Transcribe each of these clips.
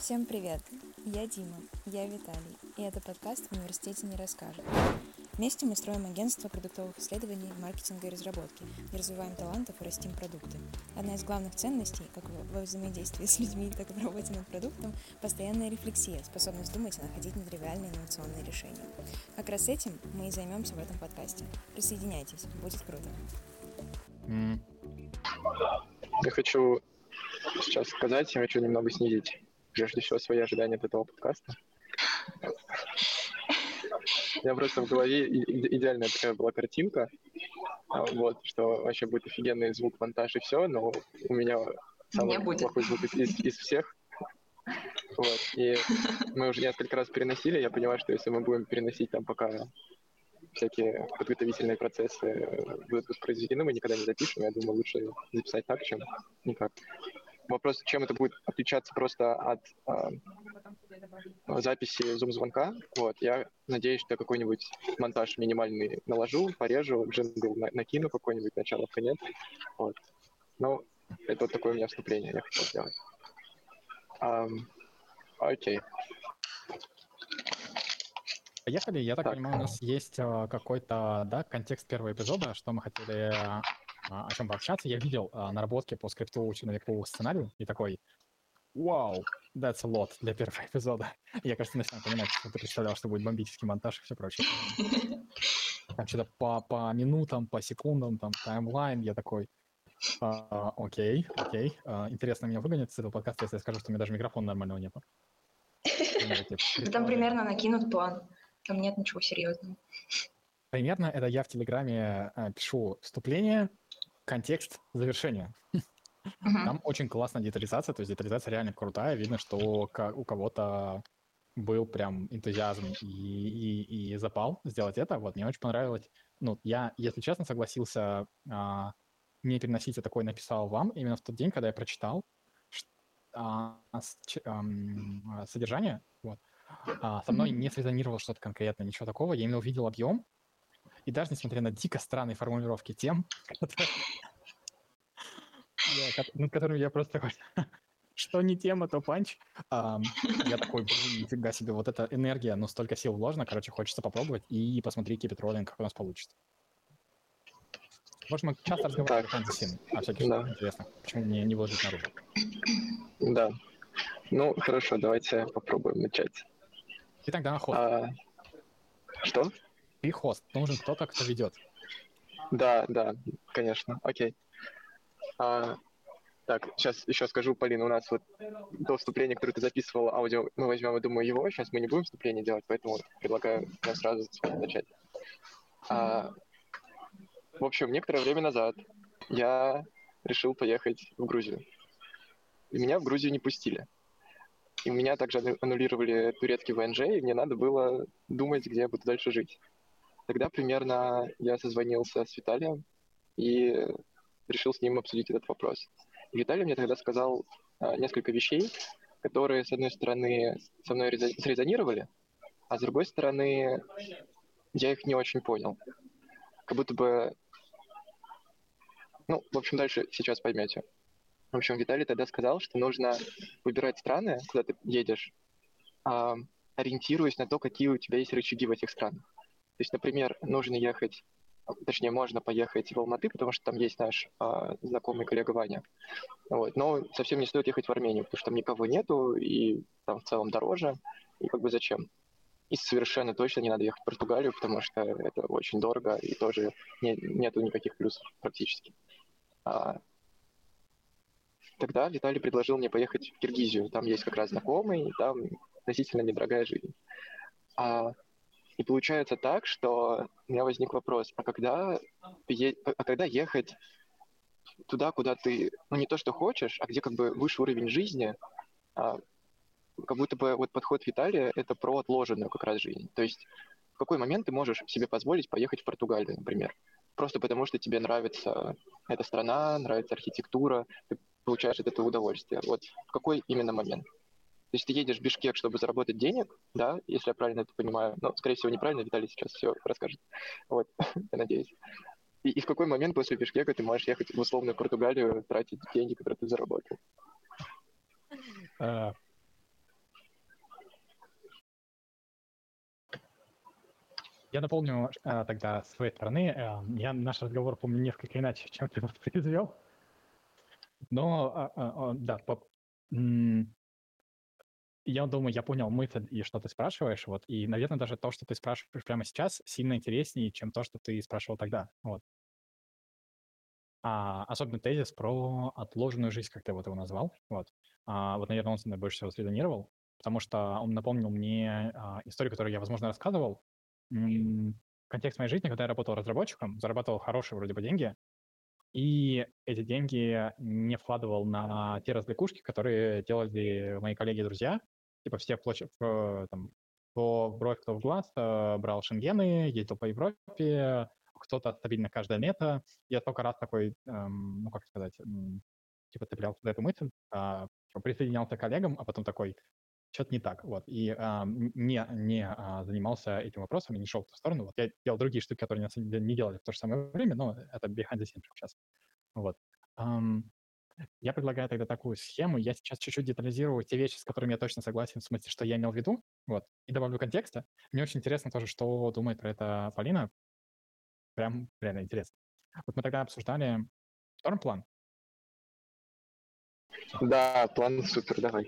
Всем привет! Я Дима, я Виталий, и это подкаст «В университете не расскажут». Вместе мы строим агентство продуктовых исследований, маркетинга и разработки, и развиваем талантов и растим продукты. Одна из главных ценностей, как во взаимодействии с людьми, так и в работе над продуктом, постоянная рефлексия, способность думать и находить нетривиальные инновационные решения. Как раз этим мы и займемся в этом подкасте. Присоединяйтесь, будет круто. Я хочу сейчас сказать, я хочу немного снизить, прежде всего, свои ожидания от этого подкаста. У меня просто в голове идеальная такая была картинка, вот, что вообще будет офигенный звук, монтаж и все, но у меня самый плохой звук из всех. Вот, и мы уже несколько раз переносили, я понимаю, что если мы будем переносить там пока всякие подготовительные процессы будут воспроизведены, мы никогда не запишем. Я думаю, лучше записать так, чем никак. Вопрос, чем это будет отличаться просто от записи Zoom-звонка. Вот, я надеюсь, что я какой-нибудь монтаж минимальный наложу, порежу, джингл накину какой-нибудь, начало, конец. Вот. Ну, это вот такое у меня вступление, я хотел сделать. Окей. Поехали. Я так понимаю, у нас есть какой-то, да, контекст первого эпизода, что мы хотели о чем пообщаться. Я видел наработки по скрипту черновику сценарию и такой, вау, that's a lot для первого эпизода. Я, кажется, начинаю понимать, что ты представлял, что будет бомбический монтаж и все прочее. Там что-то по минутам, по секундам, там таймлайн, я такой, окей. Интересно меня выгонят с этого подкаста, если я скажу, что у меня даже микрофона нормального нету. Там примерно накинут план. Там нет ничего серьезного. Примерно это я в Телеграме пишу вступление, контекст, завершение. Там очень классная детализация, то есть детализация реально крутая. Видно, что у кого-то был прям энтузиазм и запал сделать это. Вот, мне очень понравилось. Ну, я, если честно, согласился не переносить, я такой написал вам именно в тот день, когда я прочитал содержание. Вот. Со мной не срезонировало что-то конкретно, ничего такого. Я именно увидел объем. И даже несмотря на дико странные формулировки тем, над которыми я просто такой, что не тема, то панч. Я такой, нифига себе, вот эта энергия, но столько сил вложено, короче, хочется попробовать и посмотреть Keep It Rolling, как у нас получится. Может, мы часто разговаривали о фэнтези, о всяких штуках интересных. Почему мне не выложить наружу? Да. Ну, хорошо, давайте попробуем начать. Ты тогда хост. Что? Ты хост. Нужен кто-то, кто ведет. Да, конечно. Окей. Так, сейчас еще скажу, Полина, у нас вот до вступления, которое ты записывала, аудио, мы возьмем, я думаю, его. Сейчас мы не будем вступление делать, поэтому предлагаю прям сразу начать. В общем, некоторое время назад я решил поехать в Грузию. И меня в Грузию не пустили. И меня также аннулировали турецкий ВНЖ, и мне надо было думать, где я буду дальше жить. Тогда примерно я созвонился с Виталием и решил с ним обсудить этот вопрос. И Виталий мне тогда сказал несколько вещей, которые, с одной стороны, со мной срезонировали, а с другой стороны, я их не очень понял. Как будто бы... Ну, в общем, дальше сейчас поймете. В общем, Виталий тогда сказал, что нужно выбирать страны, куда ты едешь, ориентируясь на то, какие у тебя есть рычаги в этих странах. То есть, например, нужно ехать, точнее, можно поехать в Алматы, потому что там есть наш знакомый коллега Ваня. Вот. Но совсем не стоит ехать в Армению, потому что там никого нету, и там в целом дороже, и как бы зачем? И совершенно точно не надо ехать в Португалию, потому что это очень дорого, и тоже нету никаких плюсов практически. Тогда Виталий предложил мне поехать в Киргизию. Там есть как раз знакомый, и там относительно недорогая жизнь. И получается так, что у меня возник вопрос, а когда ехать туда, куда ты, ну не то что хочешь, а где как бы выше уровень жизни, как будто бы вот подход Виталия — это про отложенную как раз жизнь. То есть в какой момент ты можешь себе позволить поехать в Португалию, например? Просто потому, что тебе нравится эта страна, нравится архитектура, ты получаешь от этого удовольствие. Вот в какой именно момент? То есть ты едешь в Бишкек, чтобы заработать денег, да, если я правильно это понимаю. Но, скорее всего, неправильно, Виталий сейчас все расскажет. Вот, я надеюсь. И в какой момент после Бишкека ты можешь ехать в условную Португалию, тратить деньги, которые ты заработал? Я напомню тогда с своей стороны, я наш разговор помню несколько иначе, чем ты воспроизвел. Но, да, я думаю, я понял мысль и что ты спрашиваешь, вот, и, наверное, даже то, что ты спрашиваешь прямо сейчас, сильно интереснее, чем то, что ты спрашивал тогда, вот. Особенно тезис про отложенную жизнь, как ты вот его назвал, вот. Вот, наверное, он со мной больше всего срезонировал, потому что он напомнил мне историю, которую я, возможно, рассказывал. Контекст моей жизни, когда я работал разработчиком, зарабатывал хорошие вроде бы деньги, и эти деньги не вкладывал на те развлекушки, которые делали мои коллеги и друзья. Типа все там, кто в бровь, кто в глаз, брал шенгены, ездил по Европе, кто-то стабильно каждое лето. Я только раз такой, ну, как сказать, типа цеплялся за эту мысль, типа присоединялся к коллегам, а потом такой, что-то не так, вот, и не занимался этим вопросом и не шел в ту сторону. Вот я делал другие штуки, которые на самом деле не делали в то же самое время, но это behind the scenes сейчас. Вот. Я предлагаю тогда такую схему. Я сейчас чуть-чуть детализирую те вещи, с которыми я точно согласен, в смысле, что я имел в виду, вот, и добавлю контекста. Мне очень интересно тоже, что думает про это Полина. Прям реально интересно. Вот мы тогда обсуждали шторм-план. Да, план супер, давай.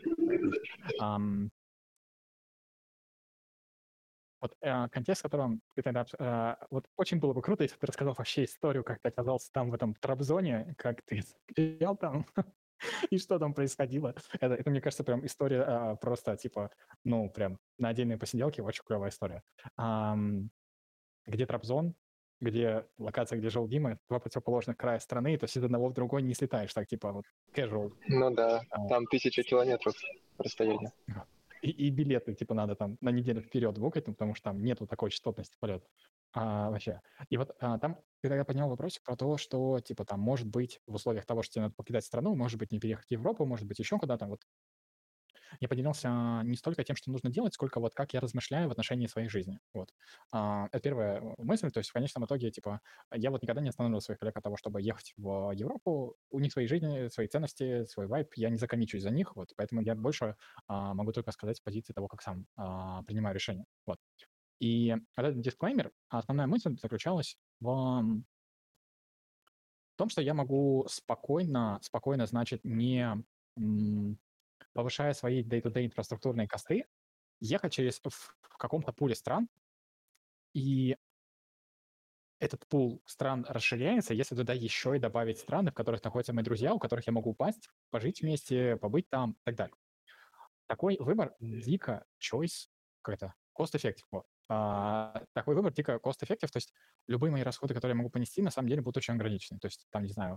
Вот контекст, в котором ты тогда... вот очень было бы круто, если бы ты рассказал вообще историю, как ты оказался там, в этом Трабзоне, как ты сидел там, и что там происходило. Это, мне кажется, прям история просто, типа, ну, прям на отдельные посиделки, очень клевая история. Где Трабзон, где локация, где жил Дима, два противоположных края страны, то есть из одного в другой не слетаешь, так, типа, вот, casual. Ну да, там 1000 километров расстояние. И билеты, типа, надо там на неделю вперед букать, потому что там нету такой частотности полета вообще. И вот там ты тогда поднял вопрос про то, что, типа, там, может быть, в условиях того, что тебе надо покидать страну, может быть, не переехать в Европу, может быть, еще куда-то, вот. Я поделился не столько тем, что нужно делать, сколько вот как я размышляю в отношении своей жизни. Вот. Это первая мысль, то есть в конечном итоге, типа, я вот никогда не останавливал своих коллег от того, чтобы ехать в Европу, у них свои жизни, свои ценности, свой вайб, я не закомичусь за них, вот, поэтому я больше могу только сказать с позиции того, как сам принимаю решение. Вот. И этот дисклеймер, основная мысль заключалась в том, что я могу спокойно, значит, не повышая свои day-to-day инфраструктурные косты, ехать через в каком-то пуле стран, и этот пул стран расширяется, если туда еще и добавить страны, в которых находятся мои друзья, у которых я могу упасть, пожить вместе, побыть там и так далее. Такой выбор дико choice, какой-то cost-effective. Вот. Такой выбор дико cost-effective, то есть любые мои расходы, которые я могу понести, на самом деле будут очень ограничены. То есть там, не знаю,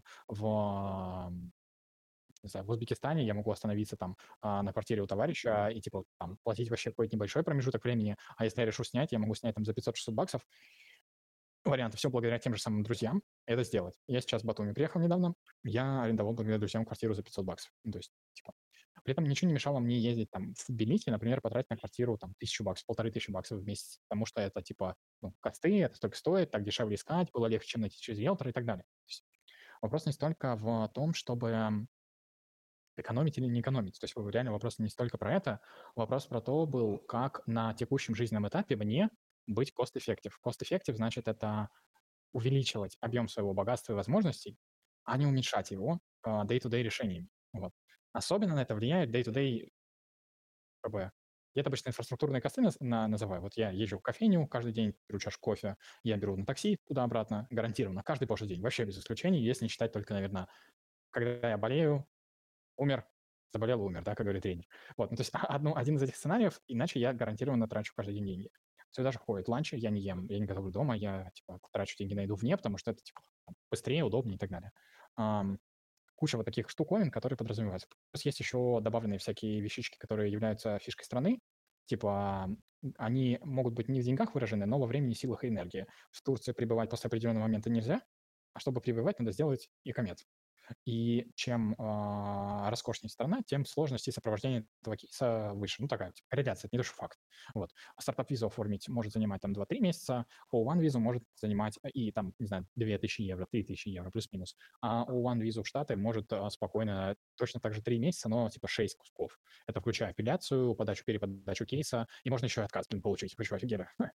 не знаю, в Узбекистане я могу остановиться там на квартире у товарища и типа там платить вообще какой-то небольшой промежуток времени, а если я решу снять, я могу снять там за 500-600 баксов. Вариант, все благодаря тем же самым друзьям это сделать. Я сейчас в Батуми приехал недавно, я арендовал благодаря друзьям квартиру за 500 баксов. Ну, то есть, типа, при этом ничего не мешало мне ездить там в Тбилиси, например, потратить на квартиру там 1000 баксов, 1500 баксов в месяц, потому что это типа, ну, косты, это столько стоит, так дешевле искать, было легче, чем найти через риэлтора и так далее. То есть вопрос не столько в том, чтобы экономить или не экономить. То есть реально вопрос не столько про это, вопрос про то был, как на текущем жизненном этапе мне быть cost-effective. Cost-effective значит это увеличивать объем своего богатства и возможностей, а не уменьшать его day-to-day решениями. Вот. Особенно на это влияет day-to-day, как бы, я это обычно инфраструктурные косты называю. Вот я езжу в кофейню каждый день, беру чашку кофе, я беру на такси туда-обратно, гарантированно, каждый божий день, вообще без исключений, если не считать только, наверное, когда я болею, умер, заболел, умер, да, как говорит тренер. Вот, ну, то есть один из этих сценариев, иначе я гарантированно трачу каждый день деньги. Сюда же входит ланчи, я не ем, я не готовлю дома, я, типа, трачу деньги на еду вне, потому что это, типа, быстрее, удобнее и так далее. Куча вот таких штуковин, которые подразумеваются. Плюс есть еще добавленные всякие вещички, которые являются фишкой страны, типа, они могут быть не в деньгах выражены, но во времени, силах и энергии. В Турции пребывать после определенного момента нельзя, а чтобы пребывать, надо сделать и комет. И чем роскошнее страна, тем сложности сопровождения этого кейса выше. Ну, такая типа, корреляция, это не то, что факт. Вот. Стартап-визу оформить может занимать там 2-3 месяца, O1-визу может занимать и там, не знаю, 2000 евро, 3000 евро плюс-минус. А O1-визу в Штаты может спокойно точно так же 3 месяца, но типа 6 кусков. Это включая апелляцию, подачу, переподачу кейса, и можно еще и отказ получить. Вы что, офигели?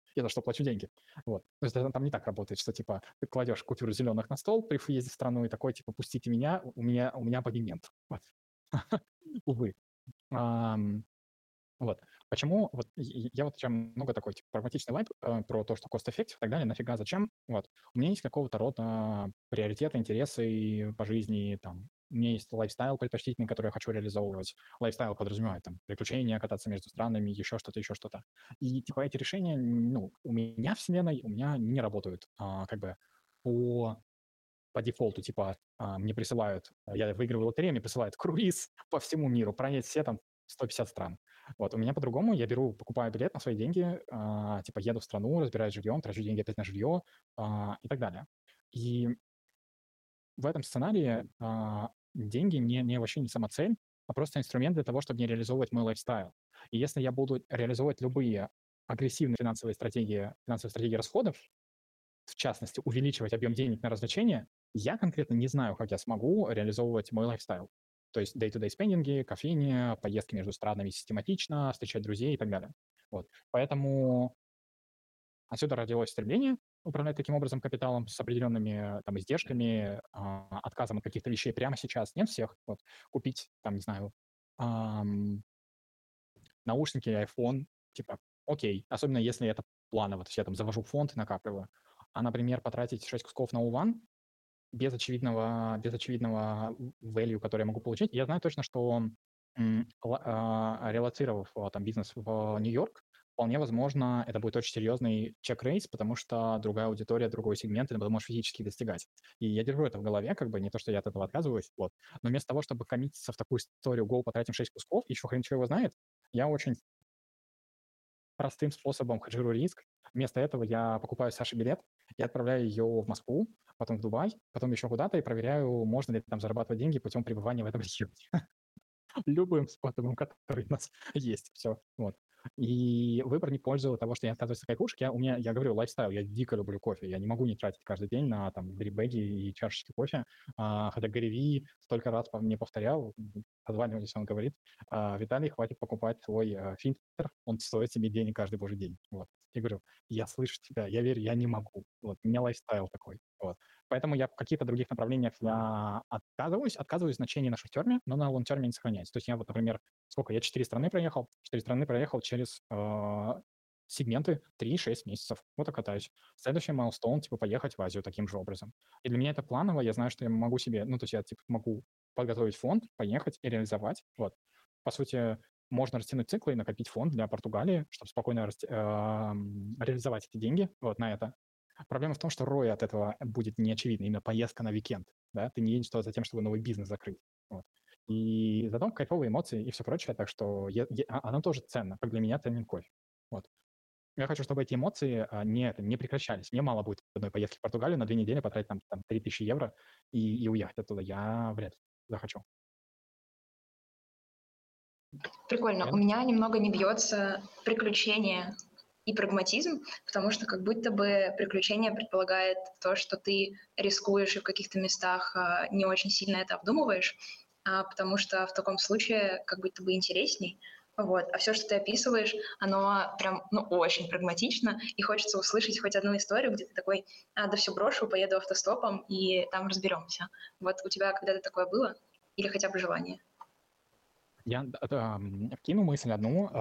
Я за что плачу деньги. Вот. То есть там не так работает, что типа ты кладешь купюру зеленых на стол при въезде в страну и такой типа пустите меня, у меня абонемент. Вот. Увы. Вот. Почему? Вот я вот прям много такой типа прагматичный вайб про то, что cost-effective и так далее, нафига, зачем? Вот. У меня есть какого-то рода приоритеты, интересы по жизни, там, у меня есть лайфстайл предпочтительный, который я хочу реализовывать. Лайфстайл подразумевает там приключения, кататься между странами, еще что-то, еще что-то. И типа эти решения, ну, у меня вселенной, у меня не работают как бы по дефолту, типа, мне присылают, я выигрываю лотерею, мне присылают круиз по всему миру, проехать все там 150 стран. Вот, у меня по-другому, я покупаю билет на свои деньги, типа, еду в страну, разбираюсь с жильем, трачу деньги опять на жилье и так далее. И в этом сценарии деньги вообще не самоцель, а просто инструмент для того, чтобы не реализовывать мой лайфстайл. И если я буду реализовывать любые агрессивные финансовые стратегии расходов, в частности, увеличивать объем денег на развлечения, я конкретно не знаю, как я смогу реализовывать мой лайфстайл. То есть day-to-day спендинги, кофейни, поездки между странами систематично, встречать друзей и так далее. Вот. Поэтому отсюда родилось стремление управлять таким образом капиталом с определенными там издержками, отказом от каких-то вещей прямо сейчас, нет всех. Вот. Купить, там, не знаю, наушники, iPhone, типа, окей. Особенно если это планово, то есть я там завожу фонд и накапливаю. А, например, потратить 6 кусков на U1 без очевидного value, который я могу получить. Я знаю точно, что релоцировав там бизнес в Нью-Йорк, вполне возможно, это будет очень серьезный чек-рейс, потому что другая аудитория, другой сегмент, и ты можешь физически достигать. И я держу это в голове, как бы не то, что я от этого отказываюсь, вот. Но вместо того, чтобы коммититься в такую историю, go, потратим 6 кусков, еще хрен чего его знает, я очень простым способом хеджирую риск. Вместо этого я покупаю Саше билет и отправляю ее в Москву, потом в Дубай, потом еще куда-то и проверяю, можно ли там зарабатывать деньги путем пребывания в этом регионе. Любым способом, который у нас есть. Все. Вот. И выбор не в пользу того, что я отказываюсь от кайфушек. Я говорю, лайфстайл, я дико люблю кофе. Я не могу не тратить каждый день на там дрибэги и чашечки кофе. Хотя Гэри Ви столько раз мне повторял, позванивались, он говорит, Виталий, хватит покупать свой фильтр, он стоит себе денег каждый божий день. Вот. Я говорю, я слышу тебя, я верю, я не могу. Вот. У меня лайфстайл такой. Вот. Поэтому я в каких-то других направлениях я отказываюсь значение на шорт-терме, но на лонг-терме не сохраняется. То есть я вот, например, я 4 страны проехал через сегменты 3-6 месяцев. Вот и катаюсь. Следующий майлстоун, типа, поехать в Азию таким же образом. И для меня это планово, я знаю, что я могу себе, то есть я, типа, могу подготовить фонд, поехать и реализовать. Вот. По сути, можно растянуть циклы и накопить фонд для Португалии, чтобы спокойно реализовать эти деньги вот на это. Проблема в том, что ROI от этого будет неочевидный, именно поездка на уикенд. Да? Ты не едешь туда за тем, чтобы новый бизнес закрыть. Вот. И зато кайфовые эмоции и все прочее, так что оно тоже ценно, как для меня ценен кофе. Вот. Я хочу, чтобы эти эмоции не прекращались. Мне мало будет одной поездки в Португалию на 2 недели потратить там 3000 евро и уехать оттуда. Я вряд ли захочу. Прикольно. У меня немного не бьется приключение и прагматизм, потому что как будто бы приключение предполагает то, что ты рискуешь и в каких-то местах не очень сильно это обдумываешь, потому что в таком случае как будто бы интересней. Вот. А все, что ты описываешь, оно прям очень прагматично, и хочется услышать хоть одну историю, где ты такой, да все брошу, поеду автостопом, и там разберемся. Вот у тебя когда-то такое было? Или хотя бы желание? Я вкину мысль одну.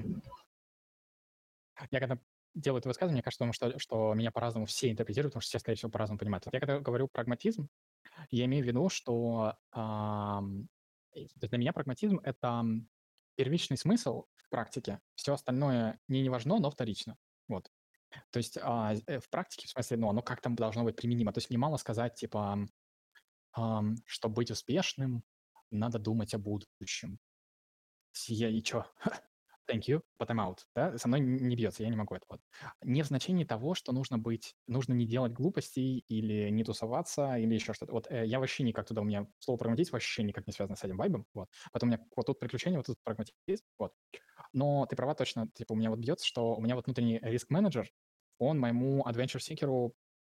Я когда делаю это высказывание, мне кажется, что меня по-разному все интерпретируют, потому что все, скорее всего, по-разному понимают. Вот я когда говорю прагматизм, я имею в виду, что для меня прагматизм — это первичный смысл в практике. Все остальное не важно, но вторично. Вот. То есть в практике, в смысле, оно как там должно быть применимо. То есть мне мало сказать, типа, чтобы быть успешным, надо думать о будущем. Я и чё? Thank you, but I'm out. Да? Со мной не бьется, я не могу это. Вот. Не в значении того, что нужно не делать глупостей или не тусоваться, или еще что-то. Вот я вообще никак туда, у меня слово прагматизм вообще никак не связано с этим вайбом. Вот. Потом у меня вот тут приключение, вот тут прагматизм. Вот. Но ты права точно, типа у меня вот бьется, что у меня вот внутренний риск-менеджер, он моему adventure-seeker'у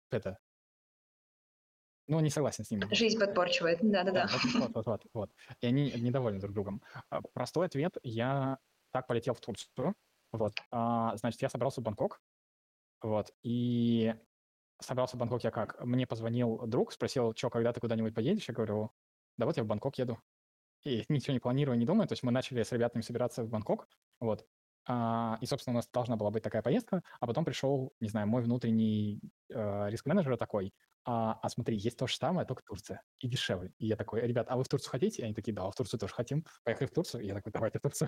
не согласен с ним. Жизнь подпорчивает, да-да-да. Вот. И они недовольны друг другом. Простой ответ. Я так полетел в Турцию. Вот. Значит, я собрался в Бангкок. Вот. И собрался в Бангкок я как? Мне позвонил друг, спросил, что, когда ты куда-нибудь поедешь? Я говорю, да вот я в Бангкок еду. И ничего не планирую, не думаю. То есть мы начали с ребятами собираться в Бангкок. Вот. И, собственно, у нас должна была быть такая поездка, а потом пришел, не знаю, мой внутренний риск-менеджер такой, смотри, есть то же самое, только Турция, и дешевле. И я такой, ребят, а вы в Турцию хотите? И они такие, да, в Турцию тоже хотим. Поехали в Турцию. И я такой, давайте в Турцию.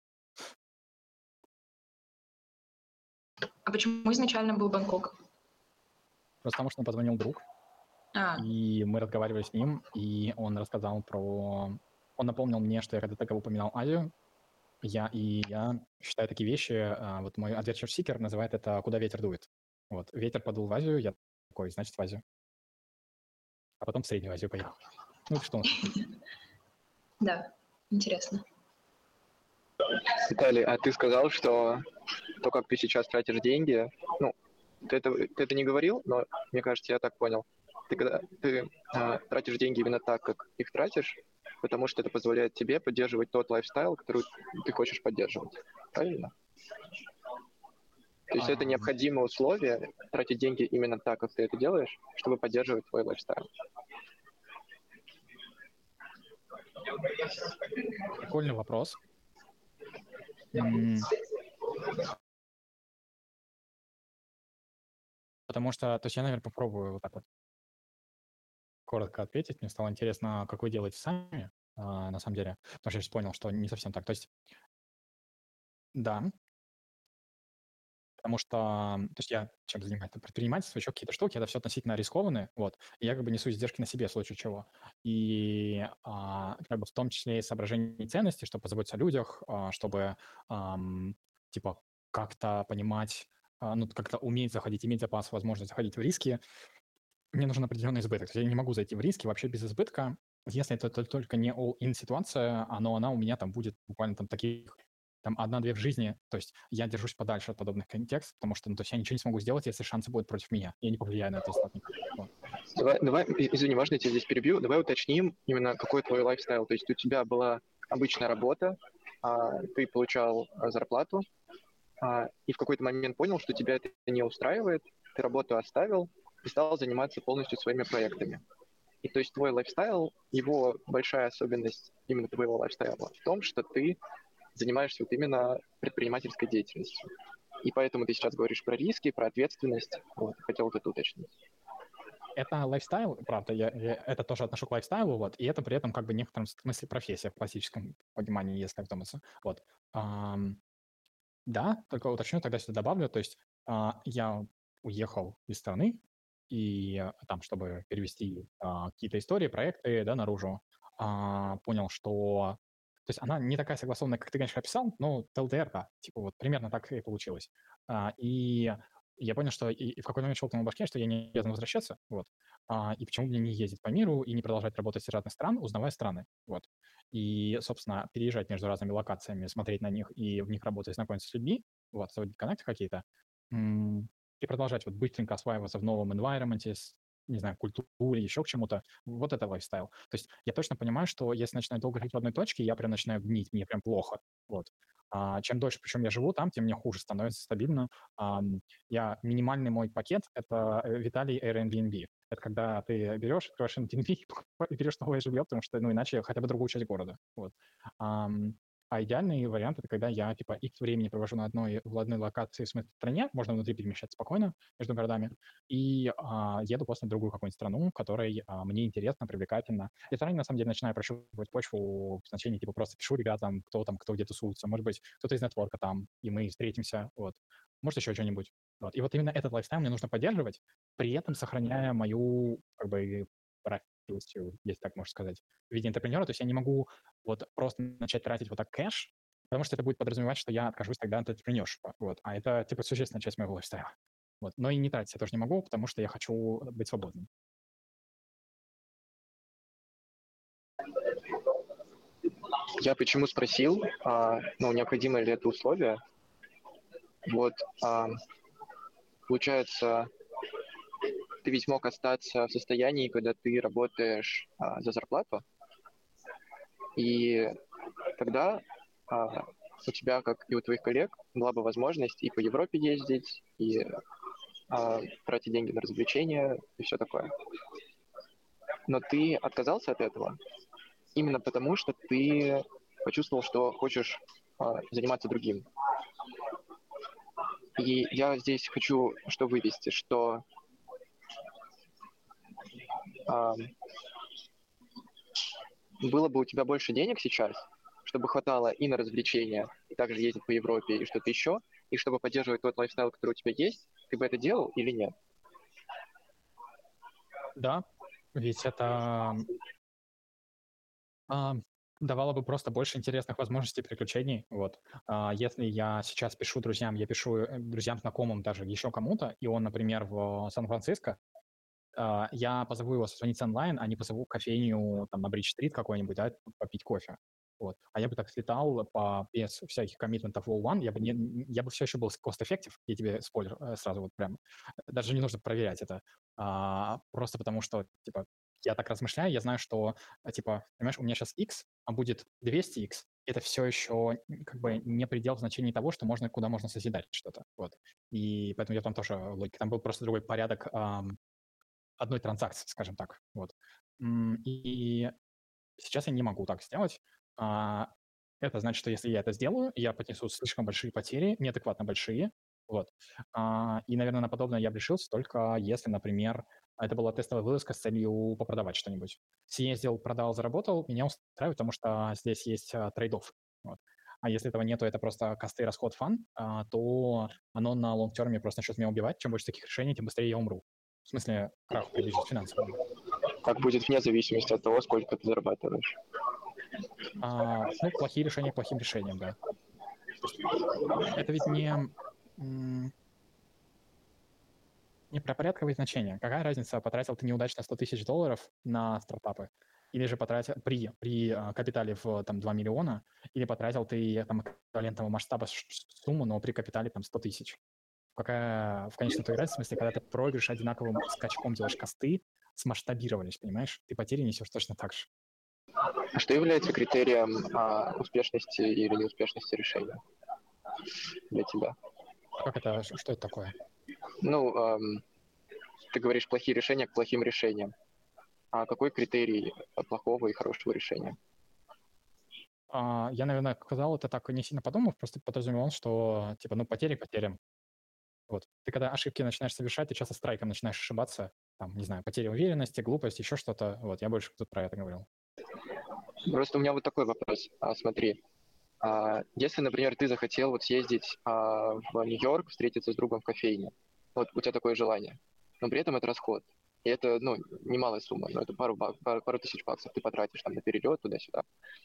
А почему изначально был Бангкок? Просто потому что мне позвонил друг, и мы разговаривали с ним, и он рассказал про... Он напомнил мне, что я когда-то упоминал Азию, я считаю такие вещи, вот мой Adventure Seeker называет это «Куда ветер дует». Вот, ветер подул в Азию, я такой, значит, в Азию. А потом в Среднюю Азию поехал. Ну, это что у нас? Да, интересно. Виталий, а ты сказал, что то, как ты сейчас тратишь деньги, ну, ты это не говорил, но мне кажется, я так понял. Ты тратишь деньги именно так, как их тратишь, потому что это позволяет тебе поддерживать тот лайфстайл, который ты хочешь поддерживать. Правильно? То есть это необходимое условие тратить деньги именно так, как ты это делаешь, чтобы поддерживать твой лайфстайл. Прикольный вопрос. Потому что, то есть я, наверное, попробую вот так вот коротко ответить. Мне стало интересно, как вы делаете сами, на самом деле. Потому что я сейчас понял, что не совсем так. То есть, да, потому что, то есть я чем занимаюсь? Предпринимательство, еще какие-то штуки, это все относительно рискованные, вот. И я как бы несу издержки на себе в случае чего. И как бы в том числе и соображения ценности, чтобы позаботиться о людях, чтобы типа как-то понимать, ну, как-то уметь заходить, иметь запас, возможность заходить в риски, мне нужен определенный избыток. То есть я не могу зайти в риски вообще без избытка, если это только не all-in ситуация, но она у меня там будет буквально там таких там 1-2 в жизни. То есть я держусь подальше от подобных контекстов, потому что, ну, то есть я ничего не смогу сделать, если шансы будут против меня. Я не повлияю на этот исход никак. Вот. Давай, извини, можно я тебя здесь перебью? Давай уточним именно, какой твой лайфстайл. То есть у тебя была обычная работа, ты получал зарплату, и в какой-то момент понял, что тебя это не устраивает, ты работу оставил и стал заниматься полностью своими проектами. И то есть твой лайфстайл, его большая особенность именно твоего лайфстайла в том, что ты занимаешься вот именно предпринимательской деятельностью. И поэтому ты сейчас говоришь про риски, про ответственность. Вот, хотел вот это уточнить. Это лайфстайл, правда, я это тоже отношу к лайфстайлу, вот, и это при этом как бы в некотором смысле профессия в классическом понимании, если вдуматься. Вот. Да, только уточню, тогда сюда добавлю, то есть я уехал из страны, и там, чтобы перевести какие-то истории, проекты, да, наружу, понял, что... То есть она не такая согласованная, как ты, конечно, описал, но ТЛДР, да, типа вот примерно так и получилось. И я понял, что и в какой-то момент щелкнул на башке, что я не обязан возвращаться, вот, и почему мне не ездить по миру и не продолжать работать с разных стран, узнавая страны, вот. И, собственно, переезжать между разными локациями, смотреть на них и в них работать, знакомиться с людьми, вот, заводить коннекты какие-то, и продолжать вот быстренько осваиваться в новом environment, не знаю, культуре, еще к чему-то. Вот это лайфстайл. То есть я точно понимаю, что если начинаю долго жить в одной точке, я прям начинаю гнить, мне прям плохо. Вот. Чем дольше, причем я живу там, тем мне хуже становится стабильно. Минимальный мой пакет — это Виталий Airbnb. Это когда ты берешь, открываешь Airbnb и берешь новое жилье, потому что, ну, иначе хотя бы другую часть города. Вот. Идеальный вариант — это когда я, типа, X времени провожу в одной локации, в смысле, в стране, можно внутри перемещаться спокойно между городами, и еду после в другую какую-нибудь страну, в которой мне интересно, привлекательно. И заранее, на самом деле, начинаю прощупывать почву в значении, типа, просто пишу ребятам, кто где тусуется. Может быть, кто-то из нетворка там, и мы встретимся, вот. Может, еще что-нибудь. Вот. И вот именно этот лайфстайл мне нужно поддерживать, при этом сохраняя мою, как бы, профессию, если так можно сказать, в виде интерпренера. То есть я не могу вот просто начать тратить вот так кэш, потому что это будет подразумевать, что я откажусь тогда от entrepreneurship. Вот. А это, типа, существенная часть моего лайфстайла. Вот. Но и не тратить я тоже не могу, потому что я хочу быть свободным. Я почему спросил, необходимо ли это условие? Вот, получается, ты ведь мог остаться в состоянии, когда ты работаешь за зарплату, и тогда у тебя, как и у твоих коллег, была бы возможность и по Европе ездить, и тратить деньги на развлечения и все такое. Но ты отказался от этого именно потому, что ты почувствовал, что хочешь заниматься другим. И я здесь хочу что вывести, что было бы у тебя больше денег сейчас, чтобы хватало и на развлечения, и также ездить по Европе, и что-то еще, и чтобы поддерживать тот лайфстайл, который у тебя есть, ты бы это делал или нет? Да, ведь это давало бы просто больше интересных возможностей приключений. Вот. Если я сейчас пишу друзьям, я пишу друзьям, знакомым, даже еще кому-то, и он, например, в Сан-Франциско, я позову его созвониться онлайн, а не позову в кофейню там, на Бридж-стрит какой-нибудь, да, попить кофе. Вот. А я бы так слетал без всяких коммитментов в all one, я бы все еще был cost-effective, я тебе спойлер сразу вот прям, даже не нужно проверять это, просто потому что, типа, я так размышляю, я знаю, что, типа, понимаешь, у меня сейчас X, а будет 200X, это все еще как бы не предел в значении того, что можно, куда можно созидать что-то. Вот. И поэтому я там тоже логика. Там был просто другой порядок одной транзакции, скажем так. Вот. И сейчас я не могу так сделать. Это значит, что если я это сделаю, я понесу слишком большие потери, неадекватно большие. Вот. И, наверное, на подобное я бы решился только если, например, это была тестовая вылазка с целью попродавать что-нибудь. Съездил, продал, заработал, меня устраивает, потому что здесь есть трейд-офф. Вот. А если этого нет, то это просто косты, расход, фан, то оно на лонг-терме просто начнет меня убивать. Чем больше таких решений, тем быстрее я умру. В смысле, крах приблизить финансовому. Так будет вне зависимости от того, сколько ты зарабатываешь. Ну, плохие решения плохим решением, да. Это ведь не про порядковые значения. Какая разница, потратил ты неудачно $100 тысяч на стартапы, или же потратил при капитале в там, 2 миллиона, или потратил ты там эквивалентного масштаба сумму, но при капитале там 100 тысяч. Какая в конечном итоге разница, в смысле, когда ты проигрыш одинаковым скачком делаешь косты, смасштабировались, понимаешь? Ты потери несешь точно так же. А что является критерием успешности или неуспешности решения для тебя? Как это, что это такое? Ну, ты говоришь плохие решения к плохим решениям. А какой критерий плохого и хорошего решения? Я, наверное, сказал это так не сильно подумав, просто подразумевал, что, типа, ну, потери потерям. Вот. Ты когда ошибки начинаешь совершать, ты часто страйком начинаешь ошибаться. Там, не знаю, потеря уверенности, глупость, еще что-то. Вот, я больше тут про это говорил. Просто у меня вот такой вопрос. Смотри, если, например, ты захотел вот съездить в Нью-Йорк, встретиться с другом в кофейне, вот у тебя такое желание, но при этом это расход. И это, ну, немалая сумма, но это пару тысяч баксов ты потратишь там на перелет туда-сюда.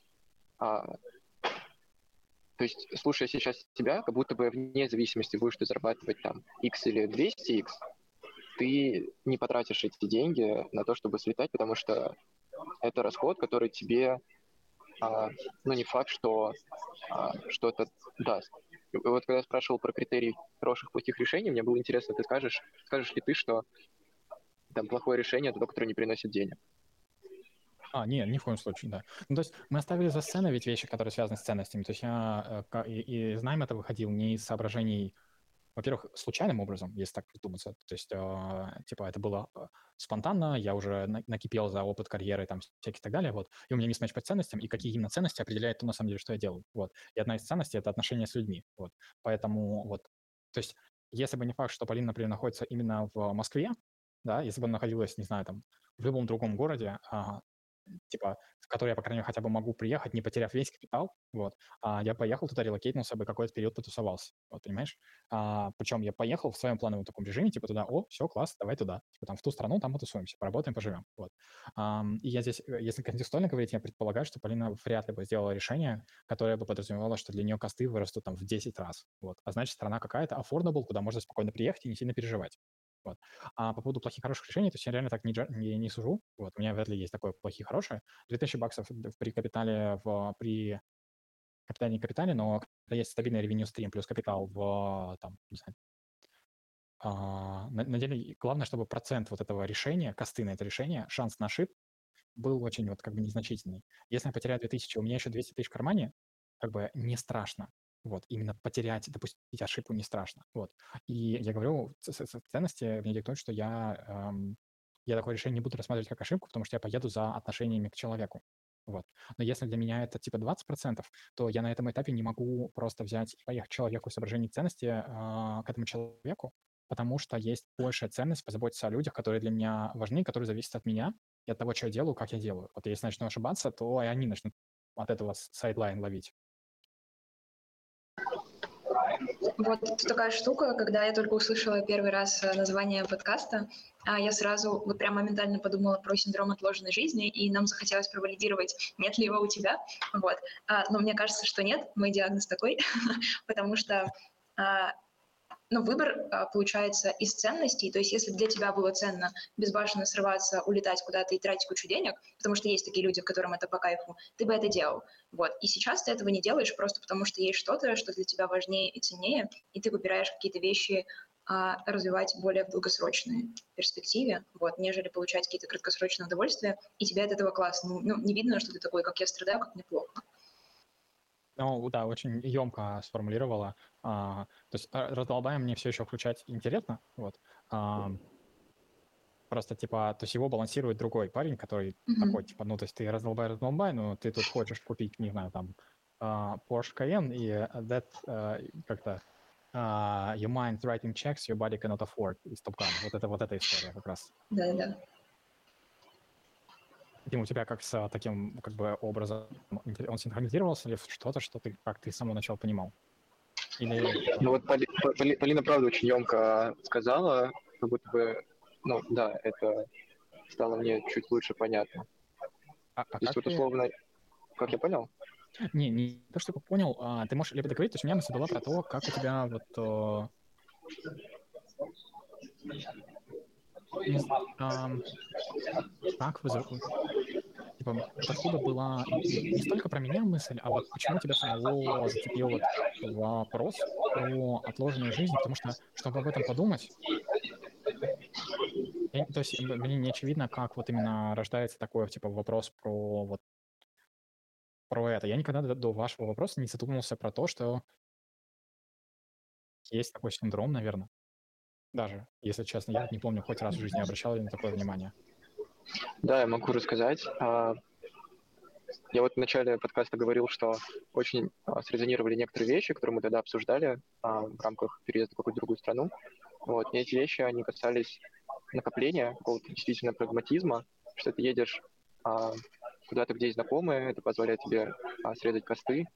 То есть, слушая сейчас тебя, как будто бы вне зависимости, будешь ты зарабатывать там X или 200X, ты не потратишь эти деньги на то, чтобы слетать, потому что это расход, который тебе, ну, не факт, что что-то даст. И вот когда я спрашивал про критерий хороших, плохих решений, мне было интересно, скажешь ли ты, что там плохое решение — это то, которое не приносит денег? Нет, ни в коем случае, да. Ну, то есть мы оставили за сценой ведь вещи, которые связаны с ценностями. То есть я из найма это выходил не из соображений, во-первых, случайным образом, если так придуматься. То есть, типа, это было спонтанно, я уже накипел за опыт карьеры, там, всяких и так далее, вот. И у меня мисс-матч по ценностям, и какие именно ценности определяет то, на самом деле, что я делаю, вот. И одна из ценностей — это отношения с людьми, вот. Поэтому, вот, то есть, если бы не факт, что Полина, например, находится именно в Москве, да, если бы она находилась, не знаю, там, в любом другом городе, типа, в который я, по крайней мере, хотя бы могу приехать, не потеряв весь капитал, вот, я поехал туда, релокейтнулся бы, какой-то период потусовался, вот, понимаешь? Причем я поехал в своем плановом таком режиме, типа, туда, все, класс, давай туда, типа, там, в ту страну, там потусуемся, поработаем, поживем, вот. И я здесь, если контекстуально говорить, я предполагаю, что Полина вряд ли бы сделала решение, которое бы подразумевало, что для нее косты вырастут там в 10 раз, вот. А значит, страна какая-то affordable, куда можно спокойно приехать и не сильно переживать. Вот. А по поводу плохих, хороших решений, то есть я реально так не сужу. Вот. У меня вряд ли есть такое плохие, хорошие. 2000 баксов при капитале, при капитале не капитале, но когда есть стабильный revenue стрим плюс капитал в, там, не знаю, на деле главное, чтобы процент вот этого решения, косты на это решение, шанс на ошибку был очень вот как бы незначительный. Если я потеряю 2000, у меня еще 200 тысяч в кармане, как бы не страшно. Вот, именно потерять, допустить ошибку не страшно. Вот. И я говорю, ценности мне диктуют, что я такое решение не буду рассматривать как ошибку, потому что я поеду за отношениями к человеку. Вот. Но если для меня это типа 20%, то я на этом этапе не могу просто взять и поехать к человеку в соображении ценности к этому человеку, потому что есть большая ценность позаботиться о людях, которые для меня важны, которые зависят от меня и от того, что я делаю, как я делаю. Вот если начну ошибаться, то и они начнут от этого сайдлайн ловить. Вот такая штука, когда я только услышала первый раз название подкаста, я сразу вот прям моментально подумала про синдром отложенной жизни, и нам захотелось провалидировать, нет ли его у тебя. Вот. Но мне кажется, что нет, мой диагноз такой, потому что выбор получается из ценностей. То есть если для тебя было ценно безбашенно срываться, улетать куда-то и тратить кучу денег, потому что есть такие люди, которым это по кайфу, ты бы это делал. Вот. И сейчас ты этого не делаешь просто потому, что есть что-то, что для тебя важнее и ценнее, и ты выбираешь какие-то вещи развивать более в долгосрочной перспективе, вот, нежели получать какие-то краткосрочные удовольствия, и тебе от этого классно. Не видно, что ты такой, как я страдаю, как мне плохо. Ну, да, очень емко сформулировала. То есть раздолбая мне все еще включать интересно, вот. Просто, типа, то есть его балансирует другой парень, который такой, типа, ну, то есть ты раздолбай, но ты тут хочешь купить, не знаю, там, Porsche Cayenne, и that как-то your mind writing checks your body cannot afford из Top Gun. Вот эта история как раз. Да. Дим, у тебя как с таким, как бы, образом, он синхронизировался или что-то, что ты, как ты с самого начала понимал? Или... Ну вот Полина, правда, очень емко сказала, как будто бы, ну да, это стало мне чуть лучше понятно. То есть вот условно, как я понял? Не то, что я понял, ты можешь либо договорить, то есть у меня мысль была про то, как у тебя вот... как типа, откуда была не столько про меня мысль, а вот почему тебя самого зацепил вот вопрос про отложенную жизнь, потому что, чтобы об этом подумать, то есть мне не очевидно, как вот именно рождается такой, типа, вопрос про это. Я никогда до вашего вопроса не задумывался про то, что есть такой синдром, наверное. Даже, если честно, я не помню, хоть раз в жизни обращал ли на такое внимание. Да, я могу рассказать. Я вот в начале подкаста говорил, что очень срезонировали некоторые вещи, которые мы тогда обсуждали в рамках переезда в какую-то другую страну. Вот. И эти вещи, они касались накопления, какого-то действительно прагматизма, что ты едешь куда-то, где есть знакомые, это позволяет тебе срезать косты,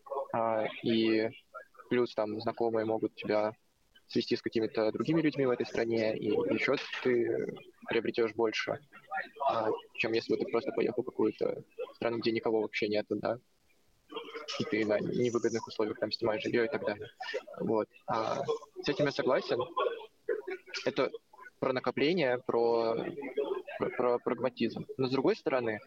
и плюс там знакомые могут тебя свести с какими-то другими людьми в этой стране, и еще ты приобретешь больше, чем если бы ты просто поехал в какую-то страну, где никого вообще нету, да, и ты на невыгодных условиях там снимаешь жилье и так далее. Вот. С этим я согласен. Это про накопление, про прагматизм. Но с другой стороны,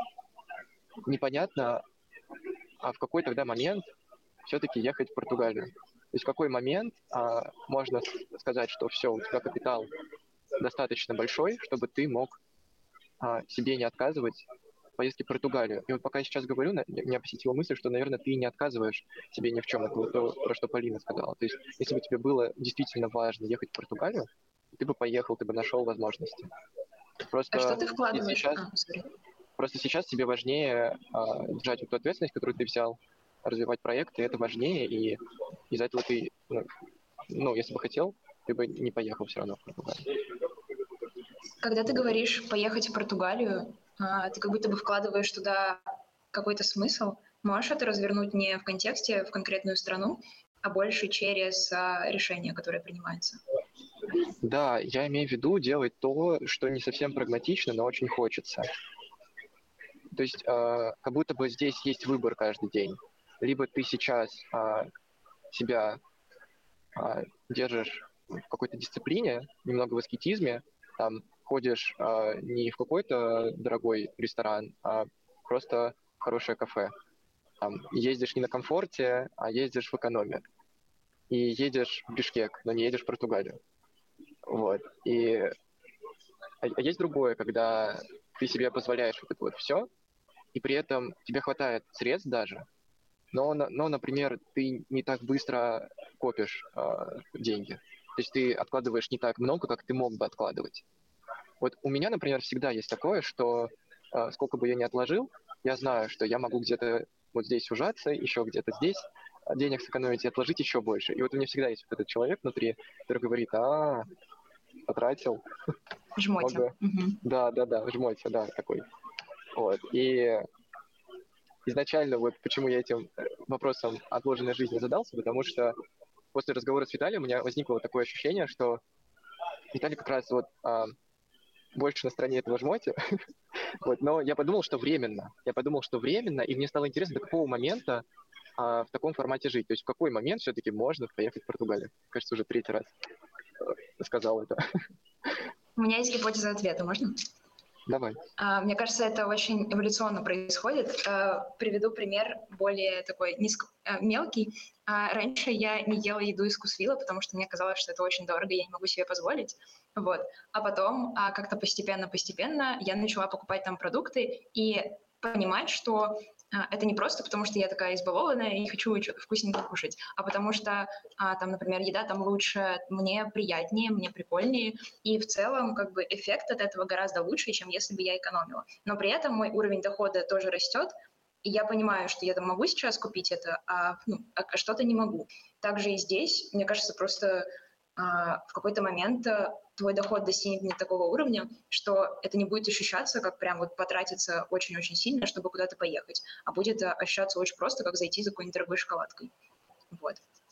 непонятно, а в какой тогда момент все-таки ехать в Португалию. То есть в какой момент можно сказать, что все, у тебя капитал достаточно большой, чтобы ты мог себе не отказывать в поездке в Португалию. И вот пока я сейчас говорю, меня посетила мысль, что, наверное, ты не отказываешь себе ни в чем. Это вот то, про что Полина сказала. То есть если бы тебе было действительно важно ехать в Португалию, ты бы поехал, ты бы нашел возможности. Просто что ты вкладываешь? Просто сейчас тебе важнее держать вот ту ответственность, которую ты взял, развивать проекты, это важнее, и из-за этого ты, если бы хотел, ты бы не поехал все равно в Португалию. Когда ты говоришь поехать в Португалию, ты как будто бы вкладываешь туда какой-то смысл. Можешь это развернуть не в контексте, в конкретную страну, а больше через решение, которое принимается? Да, я имею в виду делать то, что не совсем прагматично, но очень хочется. То есть как будто бы здесь есть выбор каждый день. Либо ты сейчас себя держишь в какой-то дисциплине, немного в аскетизме, там ходишь не в какой-то дорогой ресторан, а просто в хорошее кафе. Там, ездишь не на комфорте, а ездишь в экономе. И едешь в Бишкек, но не едешь в Португалию. Вот. А есть другое, когда ты себе позволяешь вот это вот все, и при этом тебе хватает средств даже, но, например, ты не так быстро копишь деньги. То есть ты откладываешь не так много, как ты мог бы откладывать. Вот у меня, например, всегда есть такое, что сколько бы я ни отложил, я знаю, что я могу где-то вот здесь ужаться, еще где-то здесь денег сэкономить и отложить еще больше. И вот у меня всегда есть вот этот человек внутри, который говорит, потратил Жмотя. много. Мгм. Да, жмоться, да, такой. Вот. И изначально вот почему я этим вопросом отложенной жизни задался, потому что после разговора с Виталием у меня возникло вот такое ощущение, что Виталий как раз вот больше на стороне этого жмоти, вот, но я подумал, что временно. И мне стало интересно, до какого момента в таком формате жить. То есть в какой момент все-таки можно поехать в Португалию. Кажется, уже третий раз сказал это. У меня есть гипотеза ответа, можно? Давай. Мне кажется, это очень эволюционно происходит. Приведу пример более такой мелкий. Раньше я не ела еду из вкусвилла, потому что мне казалось, что это очень дорого, я не могу себе позволить. Вот. А потом как-то постепенно я начала покупать там продукты и понимать, что это не просто потому, что я такая избалованная и хочу что-то вкусненькое кушать, а потому что там, например, еда там лучше, мне приятнее, мне прикольнее, и в целом как бы эффект от этого гораздо лучше, чем если бы я экономила. Но при этом мой уровень дохода тоже растет, и я понимаю, что я там могу сейчас купить это, а что-то не могу. Также и здесь, мне кажется, просто в какой-то момент твой доход достигнет такого уровня, что это не будет ощущаться, как прям вот потратиться очень-очень сильно, чтобы куда-то поехать, а будет ощущаться очень просто, как зайти за какой-нибудь дорогой шоколадкой. Вот.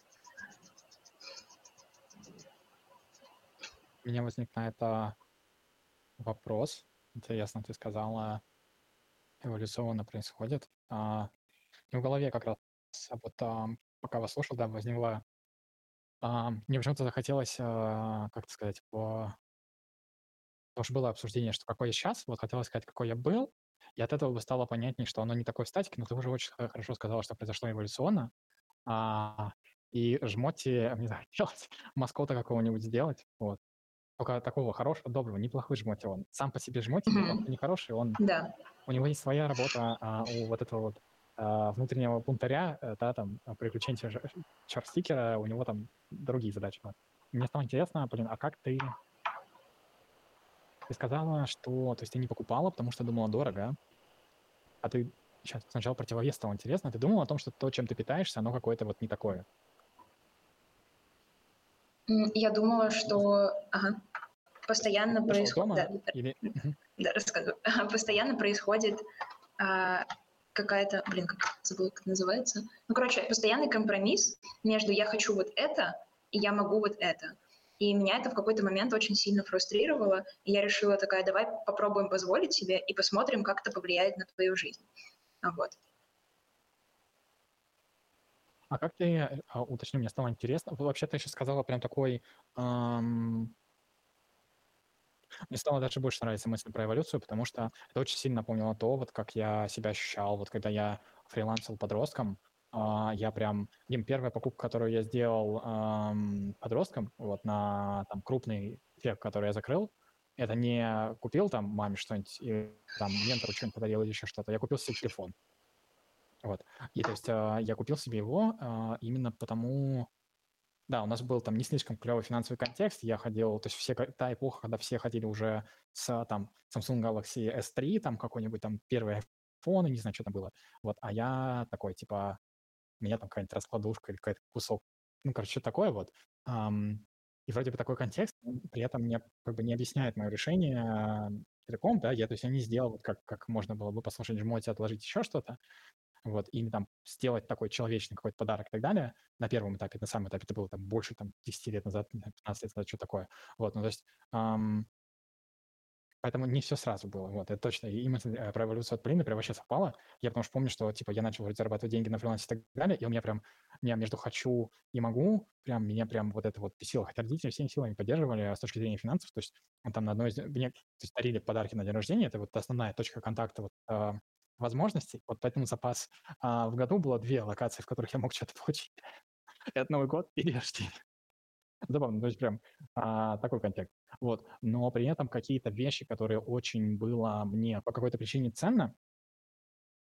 У меня возник на это вопрос. Интересно, ты сказала, эволюционно происходит. И в голове как раз вот пока вас слушал, да, возникло... Мне почему-то захотелось, как это сказать, потому что было обсуждение, что какой я сейчас, вот хотелось сказать, какой я был, и от этого бы стало понятнее, что оно не такой в статике, но ты уже очень хорошо сказала, что произошло эволюционно. И жмоти мне захотелось маскота какого-нибудь сделать, вот. Только такого хорошего, доброго, неплохой жмоти он. Сам по себе жмоти, он не хороший, Да. у него есть своя работа, у вот этого вот внутреннего бунтаря, да, там, приключения чарстикера, у него там другие задачи. Мне стало интересно, а как ты сказала, что, то есть ты не покупала, потому что думала дорого, а ты сейчас сначала противовес стало интересно, ты думала о том, что то, чем ты питаешься, оно какое-то вот не такое? Я думала, что постоянно Кушала происходит... дома или... Да, рассказываю. Постоянно происходит какая-то... забыла, как называется. Постоянный компромисс между «я хочу вот это» и «я могу вот это». И меня это в какой-то момент очень сильно фрустрировало, и я решила такая, давай попробуем позволить себе и посмотрим, как это повлияет на твою жизнь. Вот. А как ты, уточни, мне стало интересно, вообще ты сейчас сказала прям такой... Мне стало даже больше нравиться мысль про эволюцию, потому что это очень сильно напомнило то, вот как я себя ощущал, вот когда я фрилансил подростком, я прям... Первая покупка, которую я сделал подростком, вот на там крупный чек, который я закрыл, это не купил там маме что-нибудь, и там ментору что-нибудь подарил или еще что-то, я купил себе телефон. Вот. И то есть я купил себе его именно потому... Да, у нас был там не слишком клевый финансовый контекст. Я ходил, то есть та эпоха, когда все ходили уже с там Samsung Galaxy S3, там какой-нибудь там первый iPhone, не знаю, что там было. Вот, а я такой, типа, у меня там какая-нибудь раскладушка или какой-то кусок. Что такое вот. И вроде бы такой контекст, при этом мне как бы не объясняет мое решение целиком, да, то есть я не сделал, вот как можно было бы послушать жмоте, отложить еще что-то, вот, и там сделать такой человечный какой-то подарок и так далее. На первом этапе, на самом этапе это было там больше там 10 лет назад, 15 лет назад, что такое. Вот, то есть поэтому не все сразу было. Вот, это точно. И мысль про эволюцию от Полины прям вообще совпала. Я потому что помню, что типа я начал вроде зарабатывать деньги на фрилансе и так далее, и у меня между хочу и могу, меня прям вот это вот бесило. Хотя родители всеми силами поддерживали с точки зрения финансов, то есть там на одной из... Мне то есть, дарили подарки на день рождения, это вот основная точка контакта вот, возможностей. Вот поэтому запас в году было 2 локации, в которых я мог что-то получить. Это Новый год и день рождения. Забавно, то есть прям такой контекст. Вот. Но при этом какие-то вещи, которые очень было мне по какой-то причине ценно,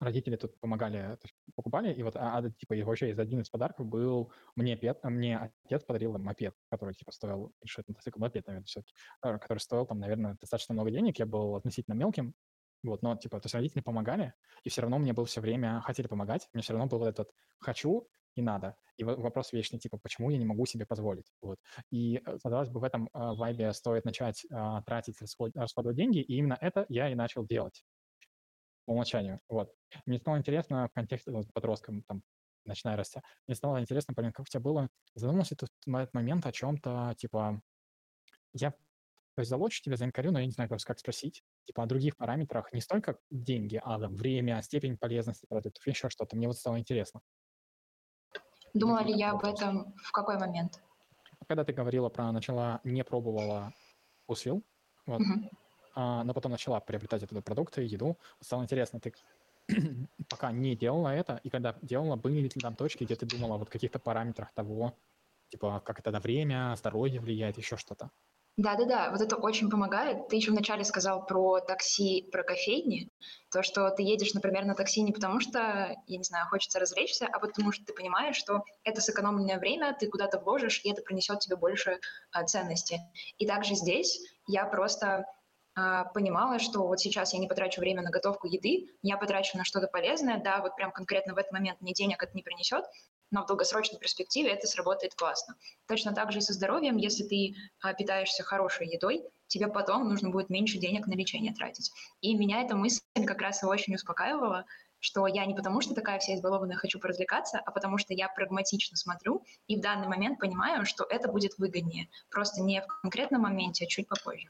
родители тут помогали, то есть покупали, и вот, типа, и вообще из один из подарков был мне отец подарил мопед, который, типа, стоил, что это мотоцикл, мопед, наверное, все-таки, который стоил там, наверное, достаточно много денег, я был относительно мелким, вот, но, типа, то есть родители помогали, и все равно мне было все время, хотели помогать, мне все равно был этот «хочу» и «надо». И вопрос вечный, типа, почему я не могу себе позволить, вот. И, казалось бы, в этом вайбе стоит начать тратить, расходовать деньги, и именно это я и начал делать по умолчанию, вот. Мне стало интересно в контексте вот, подростком, там, начиная расти, мне стало интересно, понять, как у тебя было, задумался ты в этот момент о чем-то, типа, я, то есть, залочу тебя, заинкарю, но я не знаю просто, как спросить, типа, о других параметрах, не столько деньги, а там, время, степень полезности продуктов, еще что-то. Мне вот стало интересно. Думала ли я об этом в какой момент? Когда ты говорила не пробовала вкусвилл, вот, но потом начала приобретать оттуда продукты, еду, стало интересно, ты пока не делала это, и когда делала, были ли там точки, где ты думала о вот каких-то параметрах того, типа, как это на время, здоровье влияет, еще что-то? Да-да-да, вот это очень помогает. Ты еще вначале сказал про такси, про кофейни. То, что ты едешь, например, на такси не потому, что, я не знаю, хочется развлечься, а потому что ты понимаешь, что это сэкономленное время, ты куда-то вложишь, и это принесет тебе больше ценности. И также здесь я просто понимала, что вот сейчас я не потрачу время на готовку еды, я потрачу на что-то полезное, да, вот прям конкретно в этот момент мне денег это не принесет, но в долгосрочной перспективе это сработает классно. Точно так же и со здоровьем, если ты питаешься хорошей едой, тебе потом нужно будет меньше денег на лечение тратить. И меня эта мысль как раз и очень успокаивала, что я не потому, что такая вся избалованная хочу поразвлекаться, а потому что я прагматично смотрю и в данный момент понимаю, что это будет выгоднее. Просто не в конкретном моменте, а чуть попозже.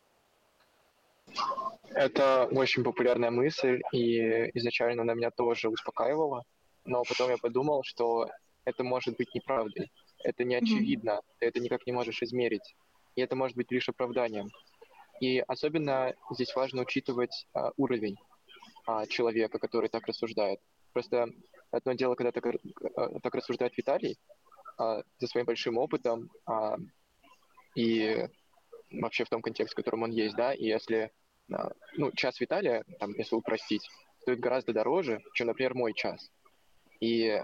Это очень популярная мысль, и изначально она меня тоже успокаивала, но потом я подумал, что это может быть неправдой, это не очевидно, ты это никак не можешь измерить, и это может быть лишь оправданием. И особенно здесь важно учитывать уровень человека, который так рассуждает. Просто одно дело, когда так рассуждает Виталий за своим большим опытом и вообще в том контексте, в котором он есть, да, и если час Виталия, там, если упростить, стоит гораздо дороже, чем, например, мой час. И